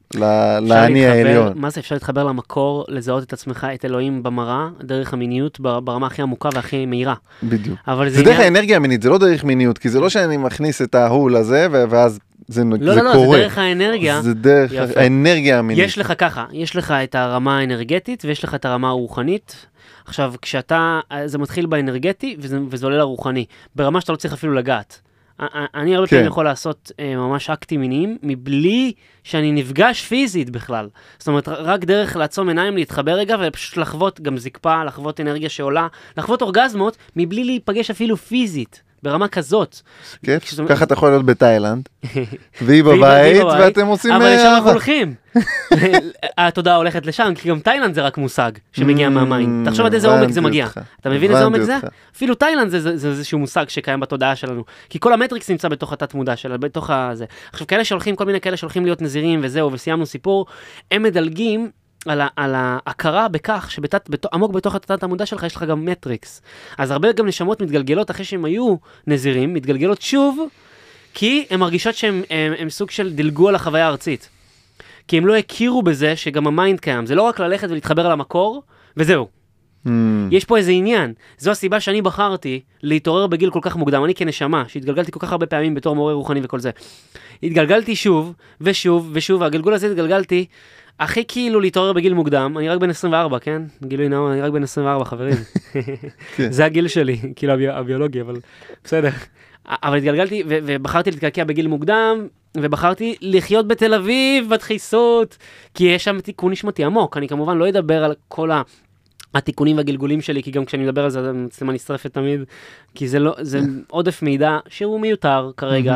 לאני העליון. מה זה, אפשר להתחבר למקור, לזהות את עצמך, את אלוהים במראה, דרך המיניות, ברמה הכי עמוקה והכי מהירה. בדיוק. זה דרך האנרגיה המינית, זה לא דרך מיניות, כי זה לא שאני מכניס את ההול הזה, ואז זה קורה. לא, זה דרך האנרגיה. זה דרך האנרגיה המינית. יש לך ככה, יש לך את הרמה האנרגטית, ויש לך את הרמה הרוחנית. עכשיו, זה מתחיל באנרגטי, וזה עולה לרוחני. ברמה שאתה לא צריך אפילו לגעת. אני הרבה פעמים יכול לעשות ממש אקטים מיניים, מבלי שאני נפגש פיזית בכלל. זאת אומרת, רק דרך לעצום עיניים, להתחבר רגע, ופשוט לחוות גם זקפה, לחוות אנרגיה שעולה, לחוות אורגזמות, מבלי להיפגש אפילו פיזית, ברמה כזאת. ככה אתה יכול להיות בתאילנד, והיא בבית, ואתם עושים... אבל לשם אנחנו הולכים. התודעה הולכת לשם, כי גם תאילנד זה רק מושג שמגיע מהמים. תחשוב עד איזה עומק זה מגיע. אתה מבין איזה עומק זה? אפילו תאילנד זה איזשהו מושג שקיים בתודעה שלנו. כי כל המטריקס נמצא בתוך התת מודע שלה, בתוך הזה. עכשיו, כאלה שהולכים, כל מיני כאלה שהולכים להיות נזירים וזהו, וסיימנו סיפור, הם מדלגים על ההכרה בכך שעמוק בתוך התת המודע שלך יש לך גם מטריקס. אז הרבה גם נשמות מתגלגלות אחרי שהם היו נזירים, מתגלגלות שוב, כי הן מרגישות שהם סוג של דלגו על החוויה הארצית. כי הם לא הכירו בזה שגם המיינד קיים. זה לא רק ללכת ולהתחבר על המקור, וזהו. יש פה איזה עניין. זו הסיבה שאני בחרתי להתעורר בגיל כל כך מוקדם. אני כנשמה, שהתגלגלתי כל כך הרבה פעמים בתור מורה רוחני וכל זה. התגלגלתי שוב, ושוב, ושוב, והגלגול הזה התגלגלתי, הכי כאילו להתעורר בגיל מוקדם. אני רק בן 24, כן? גילוי נאור, אני רק בן 24, חברים. זה הגיל שלי, כאילו הביולוגי, אבל בסדר. אבל התגלגלתי, ובחרתי להתקעקע בגיל מוקדם, ובחרתי לחיות בתל אביב, בדחיסות, כי יש שם תיקון נשמתי עמוק. אני כמובן לא אדבר על כל התיקונים והגלגולים שלי, כי גם כשאני מדבר על זה, המצלמה נשרפת תמיד, כי זה עודף מידע שהוא מיותר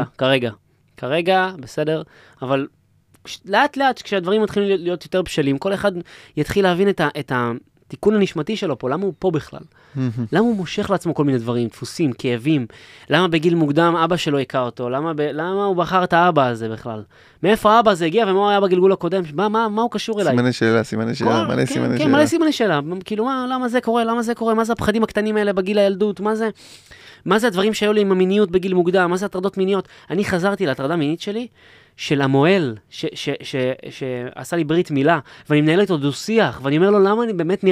כרגע, בסדר, אבל לאט לאט, כשהדברים מתחילים להיות יותר בשלים, כל אחד יתחיל להבין את התיקון הנשמתי שלו פה, למה הוא פה בכלל? למה הוא מושך לעצמו כל מיני דברים, דפוסים, כאבים? למה בגיל מוקדם אבא שלו הכר אותו? למה הוא בחר את האבא הזה בכלל? מאיפה האבא הזה הגיע ומה הוא היה בגלגול הקודם? מה הוא קשור אליי? סימני שאלה, מלא סימני שאלה. כן, מלא סימני שאלה. כאילו, למה זה קורה? מה זה הפחדים הקטנים האלה בגיל הילדות? מה זה הדברים שהיו לי עם המיניות בגיל מוקדם? מה זה הטרדות מיניות? אני חזרתי להטרדה מינית שלי, של המועל, שעשה לי ברית מילה, ואני מנהל איתו דו-שיח, ואני אומר לו, למה אני באמת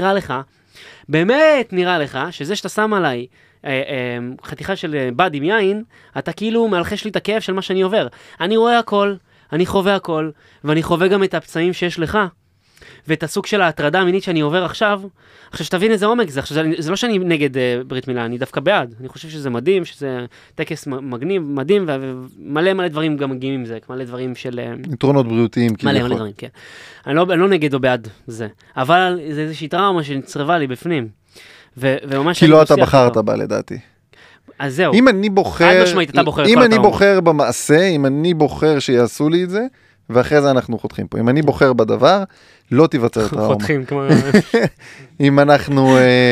נראה לך, שזה שאתה שם עליי חתיכה של בד עם יין, אתה כאילו מלחש לי את הכאב של מה שאני עובר. אני רואה הכל, אני חווה הכל, ואני חווה גם את הפצעים שיש לך, ואת הסוג של ההטרדה המינית שאני עובר עכשיו שתבין איזה עומק זה. עכשיו, זה לא שאני נגד ברית מילה, אני דווקא בעד. אני חושב שזה מדהים, שזה טקס מגניב, מדהים, ומלא דברים גם מגיעים עם זה, מלא דברים של... יתרונות בריאותיים. מלא דברים, כן. אני לא נגד או בעד זה. אבל זה איזושהי טראומה שנצרבה לי בפנים. כי לא אתה בחרת בה, לדעתי. אז זהו. אם אני בוחר... אם אני בוחר במעשה, אם אני בוחר שיעשו לי את זה, ואחרי זה אנחנו חותכים פה. אם אני בוחר בדבר, לא תיווצר טראומה. חותכים, כמו... אם אנחנו...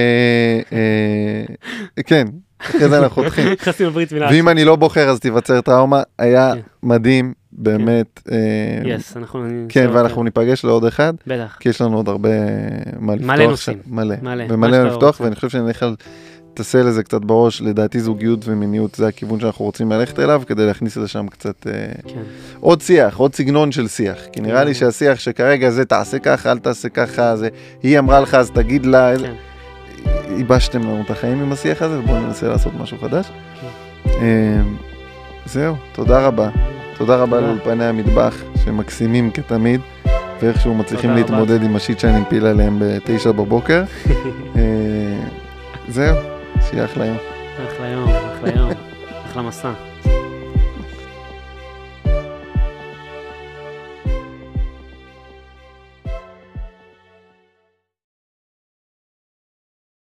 כן, אחרי זה אנחנו חותכים. חסים בברית מילה. ואם אני לא בוחר, אז תיווצר טראומה. היה מדהים, באמת. יס, אנחנו... כן, ואנחנו ניפגש לעוד אחד. בטח. כי יש לנו עוד הרבה מה לפתוח. מלא נושאים. מלא. ומלא לפתוח, ואני חושב שאני יכול... תעשה לזה קצת בראש, לדעתי זוגיות ומיניות זה הכיוון שאנחנו רוצים ללכת אליו, כדי להכניס לשם קצת עוד שיח, עוד סגנון של שיח. כי נראה לי שהשיח שכרגע זה תעשה ככה, אל תעשה ככה, היא אמרה לך, אז תגיד לה, איבשתם לנו את החיים עם השיח הזה, ובואו ננסה לעשות משהו חדש. זהו, תודה רבה. תודה רבה לאולפני המטבח, שמקסימים כתמיד, ואיכשהו מצליחים להתמודד עם השיט שאני מפיל עליהם ב9 בבוקר. זהו. שיהיה אחלה יום. אחלה מסע.